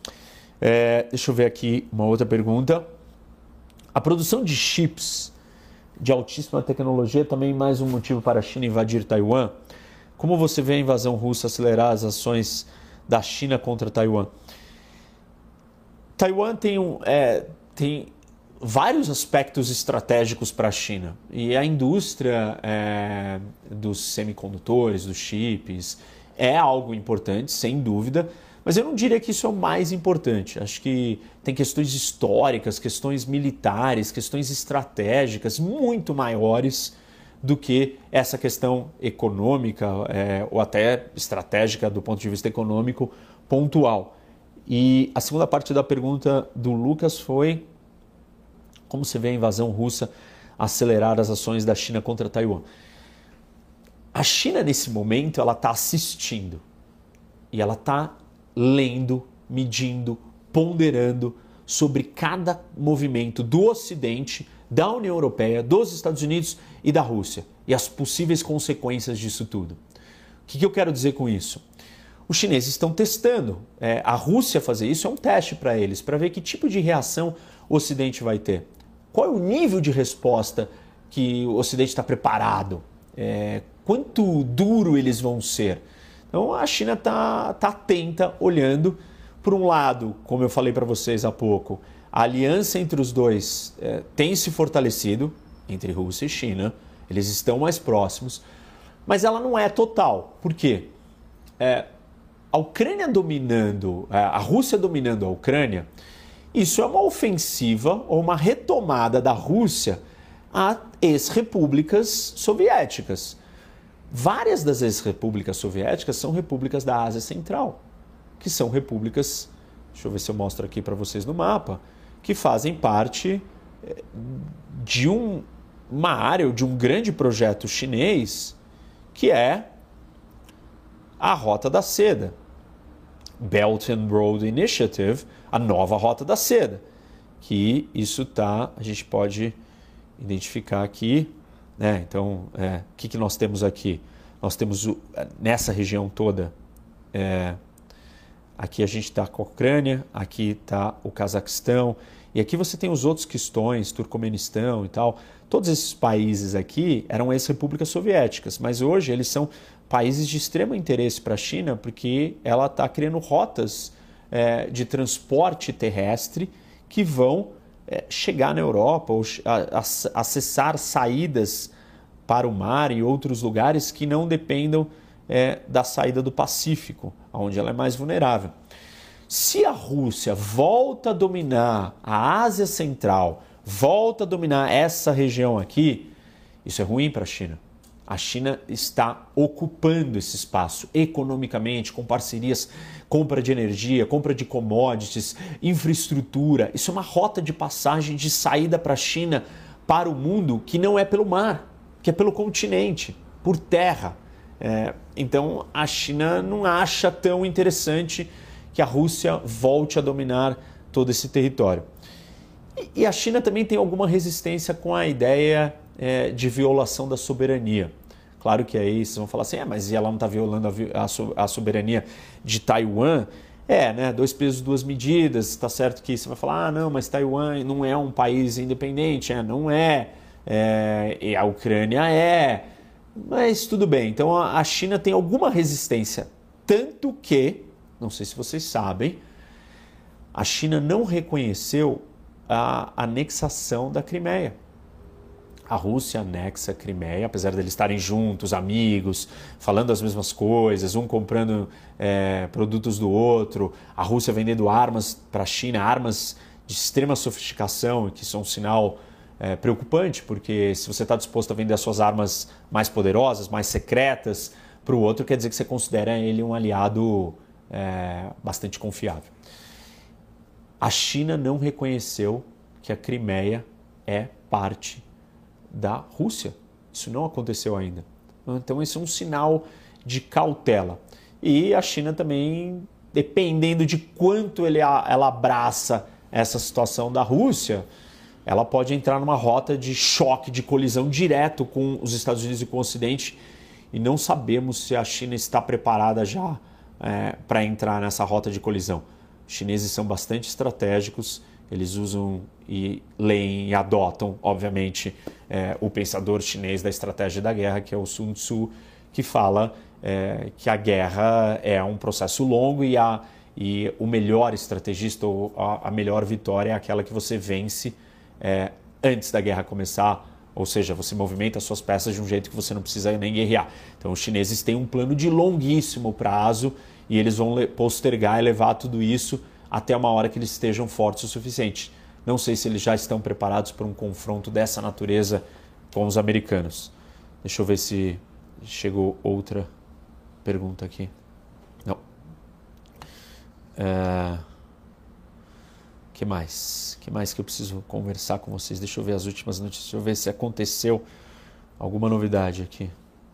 Speaker 1: É, deixa eu ver aqui uma outra pergunta. A produção de chips de altíssima tecnologia é também mais um motivo para a China invadir Taiwan? Como você vê a invasão russa acelerar as ações da China contra Taiwan? Taiwan tem, um, é, tem vários aspectos estratégicos para a China. E a indústria é, dos semicondutores, dos chips, é algo importante, sem dúvida. Mas eu não diria que isso é o mais importante. Acho que tem questões históricas, questões militares, questões estratégicas muito maiores do que essa questão econômica é, ou até estratégica do ponto de vista econômico pontual. E a segunda parte da pergunta do Lucas foi: como você vê a invasão russa acelerar as ações da China contra Taiwan? A China, nesse momento, ela está assistindo e ela está lendo, medindo, ponderando sobre cada movimento do Ocidente, da União Europeia, dos Estados Unidos e da Rússia e as possíveis consequências disso tudo. O que, que eu quero dizer com isso? Os chineses estão testando. É, a Rússia fazer isso é um teste para eles, para ver que tipo de reação o Ocidente vai ter. Qual é o nível de resposta que o Ocidente está preparado? É, quanto duro eles vão ser? Então a China está tá atenta, olhando. Por um lado, como eu falei para vocês há pouco, a aliança entre os dois é, tem se fortalecido, entre Rússia e China, eles estão mais próximos, mas ela não é total. Por quê? É, a Ucrânia dominando, a Rússia dominando a Ucrânia, isso é uma ofensiva ou uma retomada da Rússia a ex-repúblicas soviéticas. Várias das ex-repúblicas soviéticas são repúblicas da Ásia Central, que são repúblicas, deixa eu ver se eu mostro aqui para vocês no mapa, que fazem parte de um, uma área ou de um grande projeto chinês que é a Rota da Seda, Belt and Road Initiative, a nova Rota da Seda, que isso tá, a gente pode identificar aqui, né? Então, é, o que, que nós temos aqui? Nós temos o, nessa região toda, é, aqui a gente está com a Ucrânia, aqui está o Cazaquistão, e aqui você tem os outros questões, Turcomenistão e tal. Todos esses países aqui eram ex-repúblicas soviéticas, mas hoje eles são países de extremo interesse para a China, porque ela está criando rotas é, de transporte terrestre que vão é, chegar na Europa ou a, a, acessar saídas para o mar e outros lugares que não dependam é, da saída do Pacífico, onde ela é mais vulnerável. Se a Rússia volta a dominar a Ásia Central, volta a dominar essa região aqui, isso é ruim para a China. A China está ocupando esse espaço economicamente, com parcerias, compra de energia, compra de commodities, infraestrutura. Isso é uma rota de passagem de saída para a China, para o mundo, que não é pelo mar, que é pelo continente, por terra. É, então a China não acha tão interessante que a Rússia volte a dominar todo esse território. E, e a China também tem alguma resistência com a ideia é, de violação da soberania. Claro que aí vocês vão falar assim, é, mas ela não está violando a, a soberania de Taiwan? É, né? Dois pesos, duas medidas. Está certo que você vai falar, ah, não, mas Taiwan não é um país independente. É, não é. é e a Ucrânia é. Mas tudo bem. Então a China tem alguma resistência. Tanto que, não sei se vocês sabem, a China não reconheceu a anexação da Crimeia. A Rússia anexa a Crimeia, apesar de eles estarem juntos, amigos, falando as mesmas coisas, um comprando é, produtos do outro, a Rússia vendendo armas para a China, armas de extrema sofisticação, que são um sinal é, preocupante, porque se você está disposto a vender as suas armas mais poderosas, mais secretas, para o outro, quer dizer que você considera ele um aliado é, bastante confiável. A China não reconheceu que a Crimeia é parte da Rússia. Isso não aconteceu ainda. Então, esse é um sinal de cautela. E a China também, dependendo de quanto ele, ela abraça essa situação da Rússia, ela pode entrar numa rota de choque, de colisão direto com os Estados Unidos e com o Ocidente, e não sabemos se a China está preparada já é, para entrar nessa rota de colisão. Os chineses são bastante estratégicos, eles usam e leem e adotam, obviamente, é, o pensador chinês da estratégia da guerra, que é o Sun Tzu, que fala é, que a guerra é um processo longo e, a, e o melhor estrategista ou a, a melhor vitória é aquela que você vence é, antes da guerra começar, ou seja, você movimenta as suas peças de um jeito que você não precisa nem guerrear. Então, os chineses têm um plano de longuíssimo prazo e eles vão postergar e levar tudo isso até uma hora que eles estejam fortes o suficiente. Não sei se eles já estão preparados para um confronto dessa natureza com os americanos. Deixa eu ver se chegou outra pergunta aqui. Não. É... que mais? que mais que eu preciso conversar com vocês? Deixa eu ver as últimas notícias. Deixa eu ver se aconteceu alguma novidade aqui.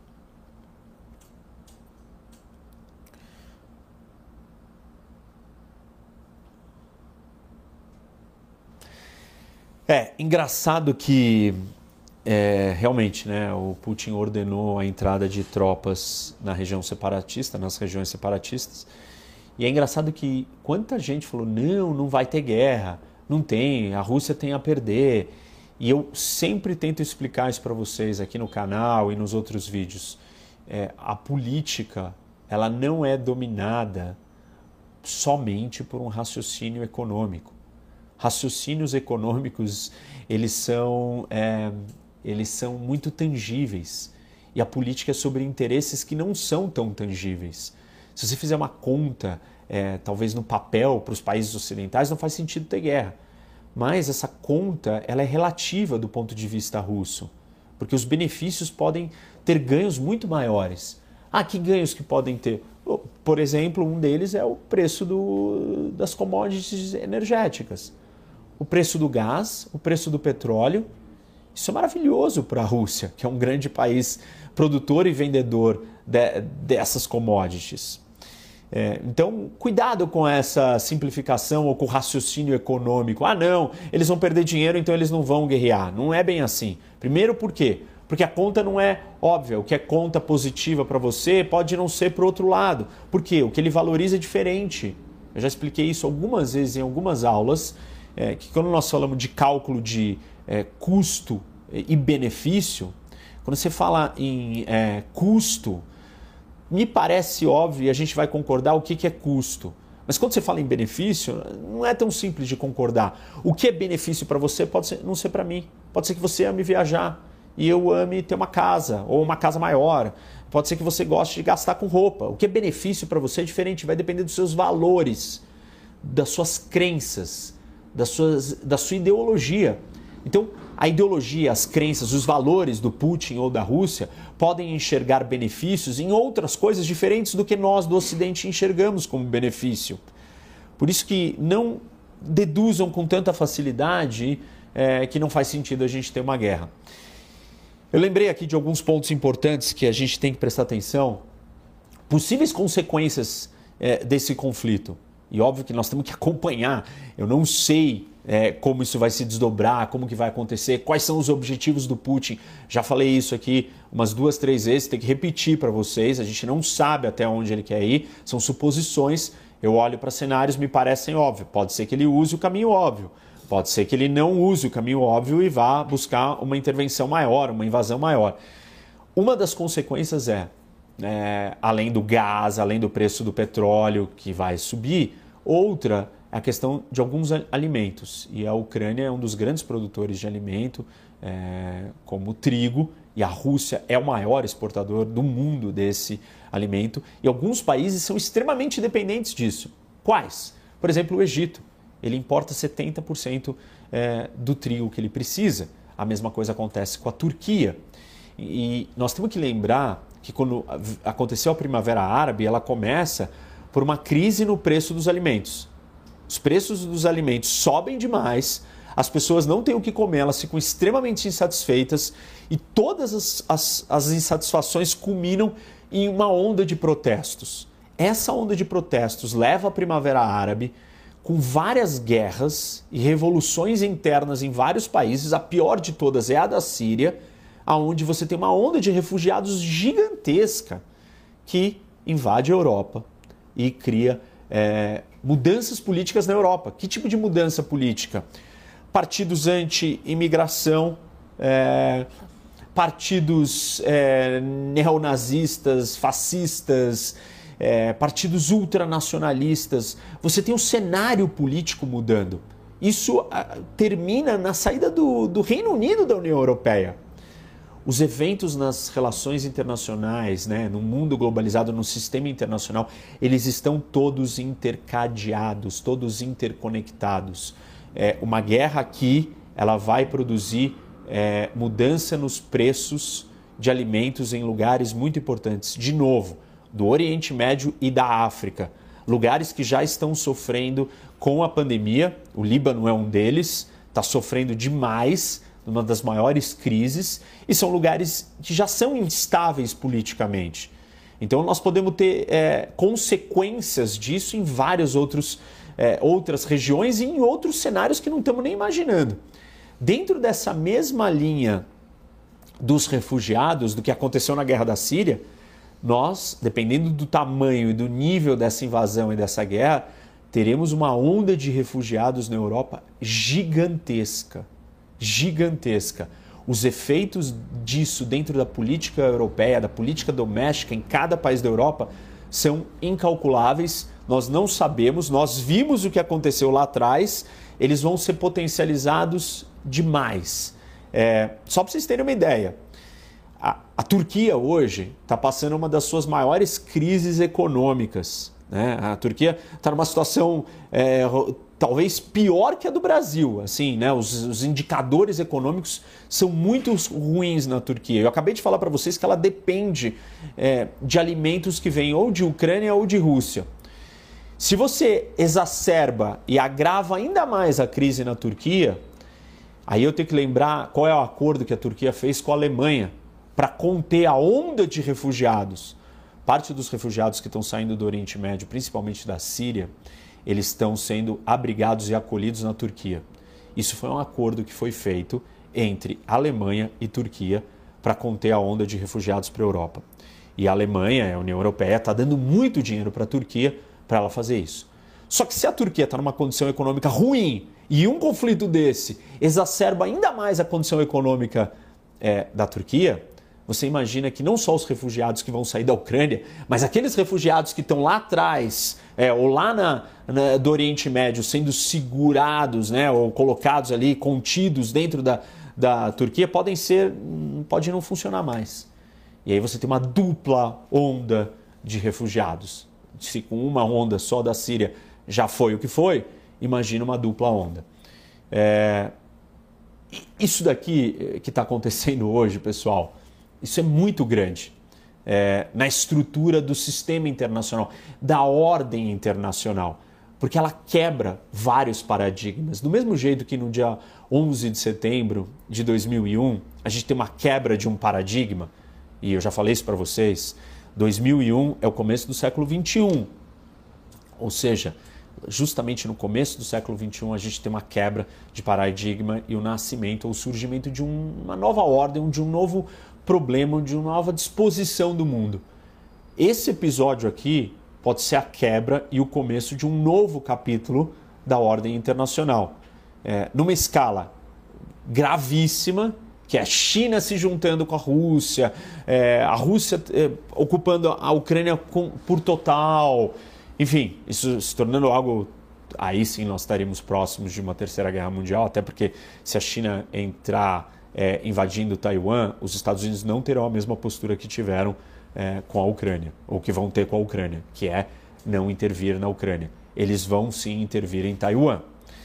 Speaker 1: É, engraçado que é, realmente, né, o Putin ordenou a entrada de tropas na região separatista, nas regiões separatistas, e é engraçado que quanta gente falou, não, não vai ter guerra, não tem, a Rússia tem a perder, e eu sempre tento explicar isso para vocês aqui no canal e nos outros vídeos. É, a política, ela não é dominada somente por um raciocínio econômico. Raciocínios econômicos, eles são, é, eles são muito tangíveis. E a política é sobre interesses que não são tão tangíveis. Se você fizer uma conta, é, talvez no papel, para os países ocidentais, não faz sentido ter guerra. Mas essa conta ela é relativa do ponto de vista russo. Porque os benefícios podem ter ganhos muito maiores. Ah, que ganhos que podem ter? Por exemplo, um deles é o preço do, das commodities energéticas. O preço do gás, o preço do petróleo. Isso é maravilhoso para a Rússia, que é um grande país produtor e vendedor de, dessas commodities. É, então, cuidado com essa simplificação ou com o raciocínio econômico. Ah, não, eles vão perder dinheiro, então eles não vão guerrear. Não é bem assim. Primeiro, por quê? Porque a conta não é óbvia. O que é conta positiva para você pode não ser para o outro lado. Por quê? O que ele valoriza é diferente. Eu já expliquei isso algumas vezes em algumas aulas, é, que quando nós falamos de cálculo de é, custo e benefício, quando você fala em é, custo, me parece óbvio, e a gente vai concordar o que, que é custo.
Speaker 2: Mas quando você fala em benefício, não é tão simples de concordar. O que é benefício para você pode ser, não ser para mim. Pode ser que você ame viajar e eu ame ter uma casa ou uma casa maior. Pode ser que você goste de gastar com roupa. O que é benefício para você é diferente, vai depender dos seus valores, das suas crenças, das suas, da sua ideologia. Então, a ideologia, as crenças, os valores do Putin ou da Rússia podem enxergar benefícios em outras coisas diferentes do que nós do Ocidente enxergamos como benefício. Por isso que não deduzam com tanta facilidade é, que não faz sentido a gente ter uma guerra. Eu lembrei aqui de alguns pontos importantes que a gente tem que prestar atenção. Possíveis consequências é, desse conflito. E óbvio que nós temos que acompanhar. Eu não sei é, como isso vai se desdobrar, como que vai acontecer, quais são os objetivos do Putin. Já falei isso aqui umas duas, três vezes, tem que repetir para vocês. A gente não sabe até onde ele quer ir, são suposições. Eu olho para cenários, me parecem óbvios. Pode ser que ele use o caminho óbvio. Pode ser que ele não use o caminho óbvio e vá buscar uma intervenção maior, uma invasão maior. Uma das consequências é, é, além do gás, além do preço do petróleo que vai subir, outra é a questão de alguns alimentos. E a Ucrânia é um dos grandes produtores de alimento, é, como o trigo, e a Rússia é o maior exportador do mundo desse alimento. E alguns países são extremamente dependentes disso. Quais? Por exemplo, o Egito. Ele importa setenta por cento é, do trigo que ele precisa. A mesma coisa acontece com a Turquia. E nós temos que lembrar que quando aconteceu a Primavera Árabe, ela começa por uma crise no preço dos alimentos. Os preços dos alimentos sobem demais, as pessoas não têm o que comer, elas ficam extremamente insatisfeitas e todas as, as, as insatisfações culminam em uma onda de protestos. Essa onda de protestos leva à Primavera Árabe, com várias guerras e revoluções internas em vários países. A pior de todas é a da Síria, onde você tem uma onda de refugiados gigantesca que invade a Europa e cria é, mudanças políticas na Europa. Que tipo de mudança política? Partidos anti-imigração, é, partidos é, neonazistas, fascistas, É, partidos ultranacionalistas, você tem um cenário político mudando. Isso ah, termina na saída do, do Reino Unido da União Europeia. Os eventos nas relações internacionais, né, no mundo globalizado, no sistema internacional, eles estão todos intercadeados, todos interconectados. É, uma guerra aqui, ela vai produzir é, mudança nos preços de alimentos em lugares muito importantes. De novo, do Oriente Médio e da África, lugares que já estão sofrendo com a pandemia. O Líbano é um deles, está sofrendo demais, uma das maiores crises, e são lugares que já são instáveis politicamente. Então nós podemos ter é, consequências disso em várias outros, é, outras regiões e em outros cenários que não estamos nem imaginando. Dentro dessa mesma linha dos refugiados, do que aconteceu na Guerra da Síria, nós, dependendo do tamanho e do nível dessa invasão e dessa guerra, teremos uma onda de refugiados na Europa gigantesca, gigantesca. Os efeitos disso dentro da política europeia, da política doméstica em cada país da Europa, são incalculáveis. Nós não sabemos, nós vimos o que aconteceu lá atrás, eles vão ser potencializados demais. É, só para vocês terem uma ideia, A, a Turquia hoje está passando uma das suas maiores crises econômicas, né? A Turquia está numa situação é, talvez pior que a do Brasil. Assim, né? Os, os indicadores econômicos são muito ruins na Turquia. Eu acabei de falar para vocês que ela depende é, de alimentos que vêm ou de Ucrânia ou de Rússia. Se você exacerba e agrava ainda mais a crise na Turquia, aí eu tenho que lembrar qual é o acordo que a Turquia fez com a Alemanha para conter a onda de refugiados. Parte dos refugiados que estão saindo do Oriente Médio, principalmente da Síria, eles estão sendo abrigados e acolhidos na Turquia. Isso foi um acordo que foi feito entre Alemanha e Turquia para conter a onda de refugiados para a Europa. E a Alemanha, a União Europeia, está dando muito dinheiro para a Turquia para ela fazer isso. Só que se a Turquia está numa condição econômica ruim e um conflito desse exacerba ainda mais a condição econômica é, da Turquia, você imagina que não só os refugiados que vão sair da Ucrânia, mas aqueles refugiados que estão lá atrás, é, ou lá na, na, do Oriente Médio, sendo segurados, né, ou colocados ali, contidos dentro da, da Turquia, podem ser, pode não funcionar mais. E aí você tem uma dupla onda de refugiados. Se com uma onda só da Síria já foi o que foi, imagina uma dupla onda. É... Isso daqui que está acontecendo hoje, pessoal, isso é muito grande é, na estrutura do sistema internacional, da ordem internacional, porque ela quebra vários paradigmas. Do mesmo jeito que no dia onze de setembro de dois mil e um, a gente tem uma quebra de um paradigma, e eu já falei isso para vocês, dois mil e um é o começo do século vinte e um, ou seja, justamente no começo do século vinte e um a gente tem uma quebra de paradigma e o nascimento ou o surgimento de um, uma nova ordem, de um novo problema, de uma nova disposição do mundo. Esse episódio aqui pode ser a quebra e o começo de um novo capítulo da ordem internacional. É, numa escala gravíssima, que é a China se juntando com a Rússia, é, a Rússia é, ocupando a Ucrânia com, por total, enfim, isso se tornando algo, aí sim nós estaremos próximos de uma terceira guerra mundial, até porque se a China entrar é, invadindo Taiwan, os Estados Unidos não terão a mesma postura que tiveram é, com a Ucrânia, ou que vão ter com a Ucrânia, que é não intervir na Ucrânia. Eles vão sim intervir em Taiwan.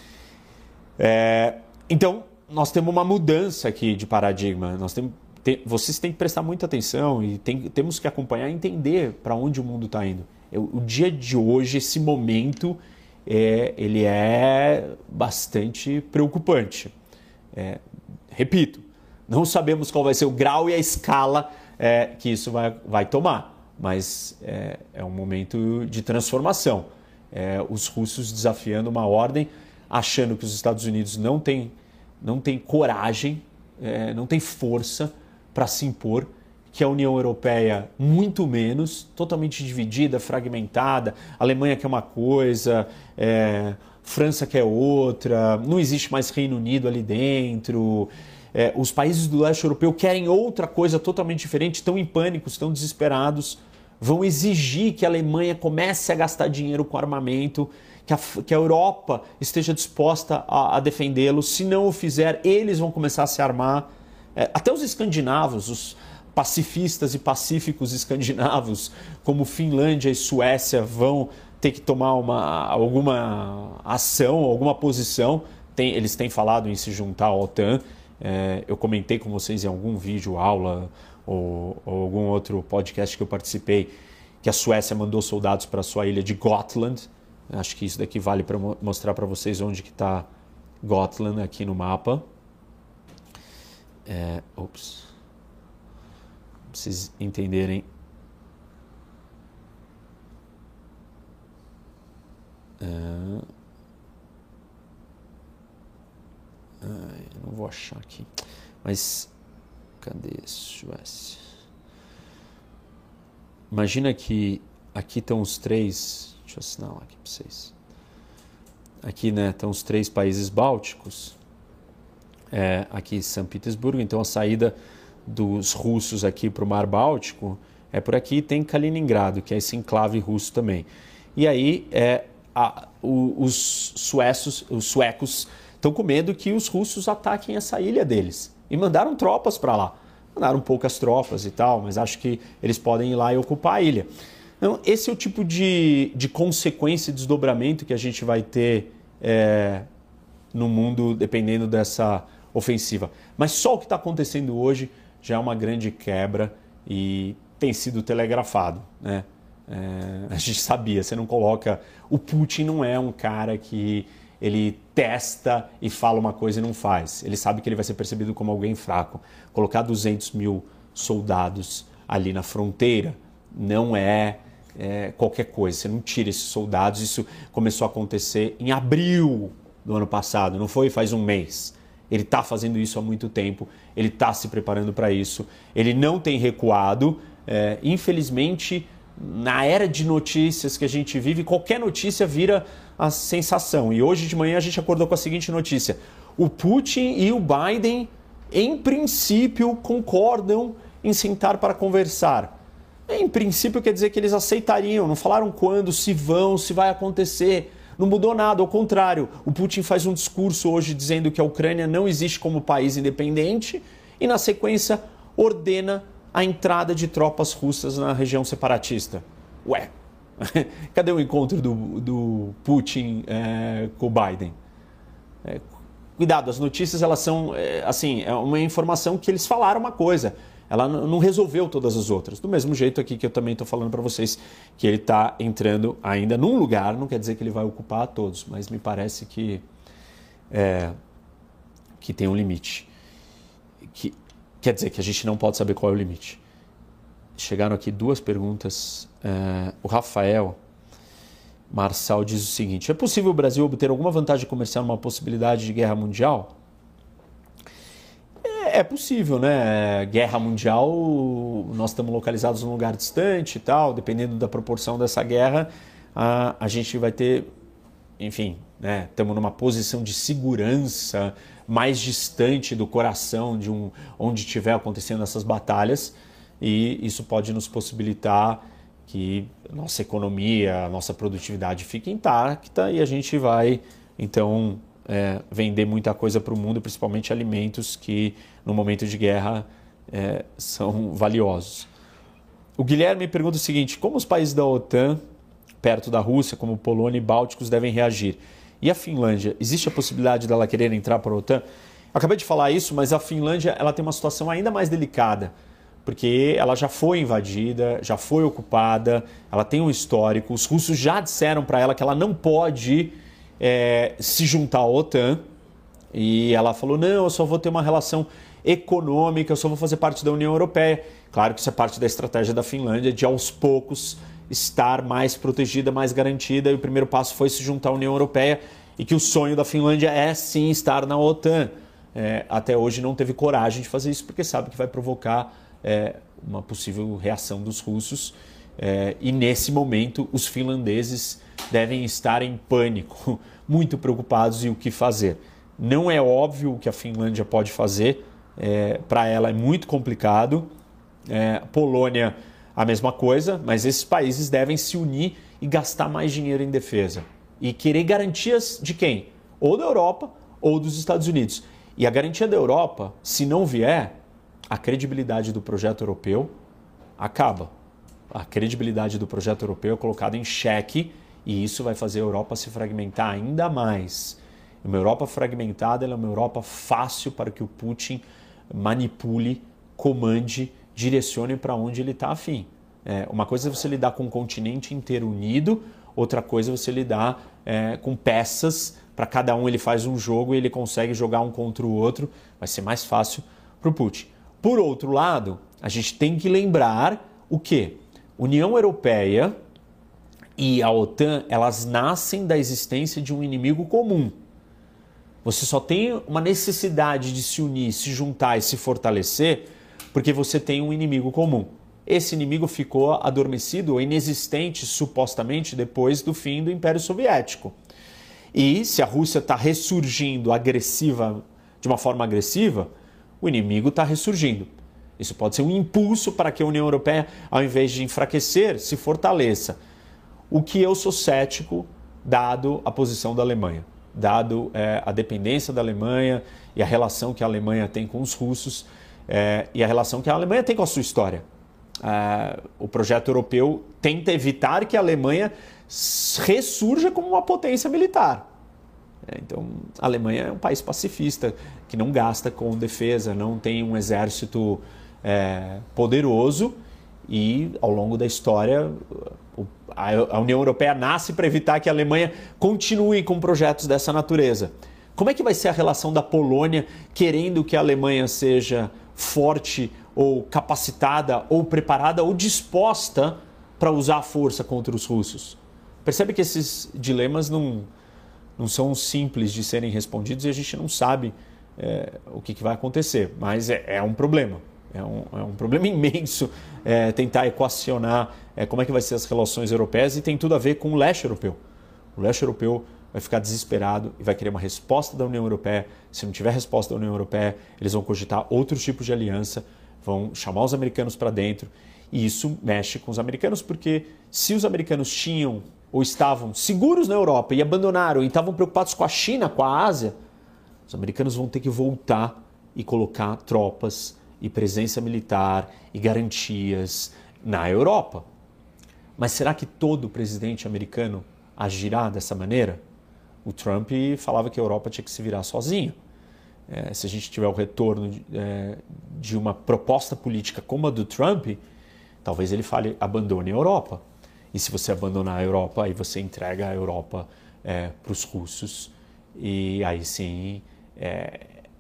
Speaker 2: É, então, nós temos uma mudança aqui de paradigma. Nós temos, tem, vocês têm que prestar muita atenção e tem, temos que acompanhar e entender para onde o mundo está indo. Eu, o dia de hoje, esse momento, é, ele é bastante preocupante. É, repito, não sabemos qual vai ser o grau e a escala é, que isso vai, vai tomar, mas é, é um momento de transformação. É, os russos desafiando uma ordem, achando que os Estados Unidos não têm não tem coragem, é, não tem força para se impor, que a União Europeia muito menos, totalmente dividida, fragmentada, a Alemanha quer uma coisa, é, França quer outra, não existe mais Reino Unido ali dentro, é, os países do leste europeu querem outra coisa totalmente diferente, estão em pânico, estão desesperados, vão exigir que a Alemanha comece a gastar dinheiro com armamento, que a, que a Europa esteja disposta a, a defendê-los. Se não o fizer, eles vão começar a se armar. É, até os escandinavos, os pacifistas e pacíficos escandinavos, como Finlândia e Suécia, vão ter que tomar uma, alguma ação, alguma posição. Tem, eles têm falado em se juntar à OTAN. É, eu comentei com vocês em algum vídeo, aula ou, ou algum outro podcast que eu participei, que a Suécia mandou soldados para a sua ilha de Gotland. Acho que isso daqui vale para mostrar para vocês onde que está Gotland aqui no mapa. É, ops. Pra vocês entenderem. É, ai, não vou achar aqui. Mas cadê Suécia? Imagina que aqui estão os três. Deixa eu assinar aqui para vocês. Aqui, né, estão os três países bálticos. É, aqui São Petersburgo, então a saída dos russos aqui para o Mar Báltico é por aqui. Tem Kaliningrado, que é esse enclave russo também. E aí é, a, o, os, suecos, os suecos estão com medo que os russos ataquem essa ilha deles. E mandaram tropas para lá. Mandaram poucas tropas e tal, mas acho que eles podem ir lá e ocupar a ilha. Então, esse é o tipo de, de consequência e desdobramento que a gente vai ter é, no mundo, dependendo dessa ofensiva. Mas só o que está acontecendo hoje já é uma grande quebra e tem sido telegrafado, né? É, a gente sabia, você não coloca... O Putin não é um cara que ele testa e fala uma coisa e não faz. Ele sabe que ele vai ser percebido como alguém fraco. Colocar duzentos mil soldados ali na fronteira não é... É, qualquer coisa, você não tira esses soldados. Isso começou a acontecer em abril do ano passado, não foi faz um mês. Ele está fazendo isso há muito tempo, ele está se preparando para isso, ele não tem recuado. É, infelizmente, na era de notícias que a gente vive, qualquer notícia vira a sensação. E hoje de manhã a gente acordou com a seguinte notícia: o Putin e o Biden, em princípio, concordam em sentar para conversar. Em princípio quer dizer que eles aceitariam, não falaram quando, se vão, se vai acontecer. Não mudou nada, ao contrário. O Putin faz um discurso hoje dizendo que a Ucrânia não existe como país independente e, na sequência, ordena a entrada de tropas russas na região separatista. Ué, cadê o encontro do, do Putin é, com o Biden? É, cuidado, as notícias elas são, é, assim, é uma informação que eles falaram uma coisa. Ela não resolveu todas as outras. Do mesmo jeito aqui que eu também estou falando para vocês que ele está entrando ainda num lugar, não quer dizer que ele vai ocupar todos, mas me parece que, é, que tem um limite. Que, quer dizer que a gente não pode saber qual é o limite. Chegaram aqui duas perguntas. É, o Rafael Marçal diz o seguinte: é possível o Brasil obter alguma vantagem comercial numa possibilidade de guerra mundial? É possível, né? Guerra mundial, nós estamos localizados num lugar distante e tal, dependendo da proporção dessa guerra, a, a gente vai ter, enfim, né? Estamos numa posição de segurança mais distante do coração de um, onde estiver acontecendo essas batalhas, e isso pode nos possibilitar que a nossa economia, a nossa produtividade fique intacta e a gente vai, então, é, vender muita coisa para o mundo, principalmente alimentos que no momento de guerra é, são valiosos. O Guilherme pergunta o seguinte: como os países da OTAN, perto da Rússia, como Polônia e Bálticos, devem reagir? E a Finlândia, existe a possibilidade dela querer entrar para a OTAN? Eu acabei de falar isso, mas a Finlândia ela tem uma situação ainda mais delicada, porque ela já foi invadida, já foi ocupada, ela tem um histórico, os russos já disseram para ela que ela não pode é, se juntar à OTAN, e ela falou: não, eu só vou ter uma relação econômica, eu só vou fazer parte da União Europeia. Claro que isso é parte da estratégia da Finlândia de aos poucos estar mais protegida, mais garantida, e o primeiro passo foi se juntar à União Europeia, e que o sonho da Finlândia é sim estar na OTAN. É, até hoje não teve coragem de fazer isso porque sabe que vai provocar é, uma possível reação dos russos, é, e nesse momento os finlandeses devem estar em pânico, muito preocupados em o que fazer. Não é óbvio o que a Finlândia pode fazer, é, para ela é muito complicado. É, Polônia, a mesma coisa, mas esses países devem se unir e gastar mais dinheiro em defesa. E querer garantias de quem? Ou da Europa ou dos Estados Unidos. E a garantia da Europa, se não vier, a credibilidade do projeto europeu acaba. A credibilidade do projeto europeu é colocada em xeque e isso vai fazer a Europa se fragmentar ainda mais. Uma Europa fragmentada é uma Europa fácil para que o Putin manipule, comande, direcione para onde ele está afim. É, uma coisa é você lidar com um continente inteiro unido, outra coisa é você lidar é, com peças, para cada um ele faz um jogo e ele consegue jogar um contra o outro, vai ser mais fácil para o Putin. Por outro lado, a gente tem que lembrar o quê? União Europeia e a OTAN, elas nascem da existência de um inimigo comum. Você só tem uma necessidade de se unir, se juntar e se fortalecer porque você tem um inimigo comum. Esse inimigo ficou adormecido ou inexistente, supostamente, depois do fim do Império Soviético. E se a Rússia está ressurgindo agressiva, de uma forma agressiva, o inimigo está ressurgindo. Isso pode ser um impulso para que a União Europeia, ao invés de enfraquecer, se fortaleça. O que eu sou cético, dado a posição da Alemanha. Dado é, a dependência da Alemanha e a relação que a Alemanha tem com os russos é, e a relação que a Alemanha tem com a sua história. É, o projeto europeu tenta evitar que a Alemanha ressurja como uma potência militar. É, então, a Alemanha é um país pacifista, que não gasta com defesa, não tem um exército é, poderoso e, ao longo da história, a União Europeia nasce para evitar que a Alemanha continue com projetos dessa natureza. Como é que vai ser a relação da Polônia querendo que a Alemanha seja forte ou capacitada ou preparada ou disposta para usar a força contra os russos? Percebe que esses dilemas não, não são simples de serem respondidos e a gente não sabe é, o que, que vai acontecer, mas é, é um problema. É um, é um problema imenso é, tentar equacionar é, como é que vai ser as relações europeias, e tem tudo a ver com o leste europeu. O leste europeu vai ficar desesperado e vai querer uma resposta da União Europeia. Se não tiver resposta da União Europeia, eles vão cogitar outros tipos de aliança. vão chamar os americanos para dentro. E isso mexe com os americanos, porque se os americanos tinham ou estavam seguros na Europa e abandonaram e estavam preocupados com a China, com a Ásia, os americanos vão ter que voltar e colocar tropas e presença militar e garantias na Europa. Mas será que todo presidente americano agirá dessa maneira? O Trump falava que a Europa tinha que se virar sozinha. É, se a gente tiver o retorno de, é, de uma proposta política como a do Trump, talvez ele fale, abandone a Europa. E se você abandonar a Europa, aí você entrega a Europa é, para os russos. E aí sim, é,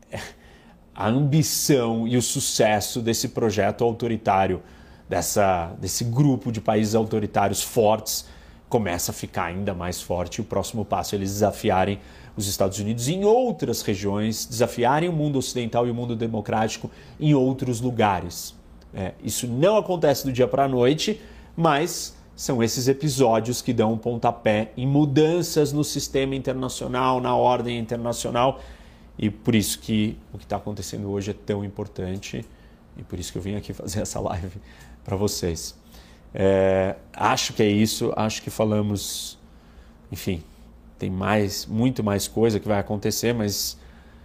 Speaker 2: a ambição e o sucesso desse projeto autoritário, dessa, desse grupo de países autoritários fortes, começa a ficar ainda mais forte. O próximo passo é eles desafiarem os Estados Unidos em outras regiões, desafiarem o mundo ocidental e o mundo democrático em outros lugares. É, isso não acontece do dia para a noite, mas são esses episódios que dão um pontapé em mudanças no sistema internacional, na ordem internacional, e por isso que o que está acontecendo hoje é tão importante, e por isso que eu vim aqui fazer essa live para vocês. É, acho que é isso, acho que falamos, enfim, tem mais, muito mais coisa que vai acontecer, mas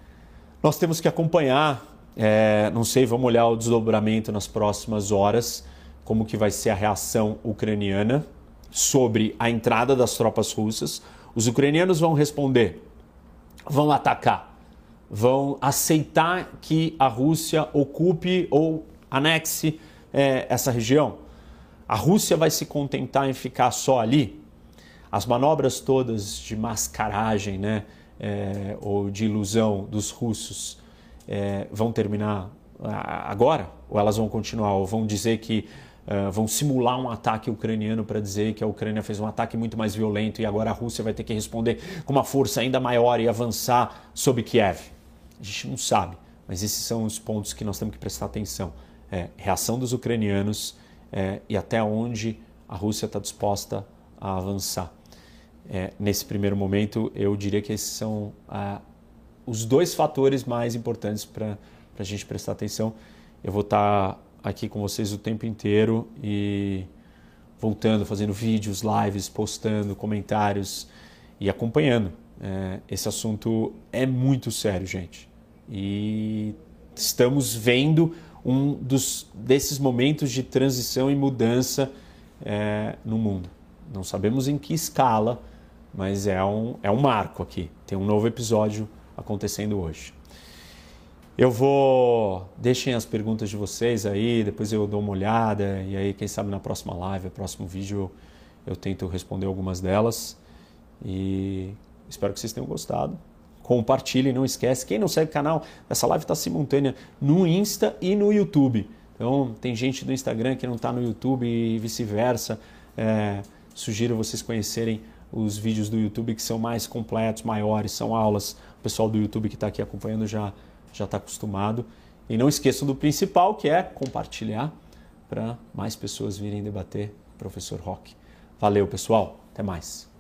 Speaker 2: nós temos que acompanhar, é, não sei, vamos olhar o desdobramento nas próximas horas, como que vai ser a reação ucraniana sobre a entrada das tropas russas. Os ucranianos vão responder, vão atacar, vão aceitar que a Rússia ocupe ou anexe é, essa região. A Rússia vai se contentar em ficar só ali? As manobras todas de mascaragem, né, é, ou de ilusão dos russos é, vão terminar agora? Ou elas vão continuar? Ou vão dizer que uh, vão simular um ataque ucraniano para dizer que a Ucrânia fez um ataque muito mais violento e agora a Rússia vai ter que responder com uma força ainda maior e avançar sobre Kiev? A gente não sabe, mas esses são os pontos que nós temos que prestar atenção. É, reação dos ucranianos, É, e até onde a Rússia está disposta a avançar. É, nesse primeiro momento, eu diria que esses são ah, os dois fatores mais importantes para a gente prestar atenção. Eu vou estar tá aqui com vocês o tempo inteiro e voltando, fazendo vídeos, lives, postando, comentários e acompanhando. É, esse assunto é muito sério, gente. E estamos vendo um dos, desses momentos de transição e mudança é, no mundo. Não sabemos em que escala, mas é um, é um marco aqui. Tem um novo episódio acontecendo hoje. Eu vou... Deixem as perguntas de vocês aí, depois eu dou uma olhada, e aí quem sabe na próxima live, no próximo vídeo, eu tento responder algumas delas. E espero que vocês tenham gostado. Compartilhe, não esquece. Quem não segue o canal, essa live está simultânea no Insta e no YouTube. Então, tem gente do Instagram que não está no YouTube e vice-versa. É, sugiro vocês conhecerem os vídeos do YouTube que são mais completos, maiores, são aulas. O pessoal do YouTube que está aqui acompanhando já já está acostumado. E não esqueçam do principal, que é compartilhar para mais pessoas virem debater. Professor Roque. Valeu, pessoal. Até mais.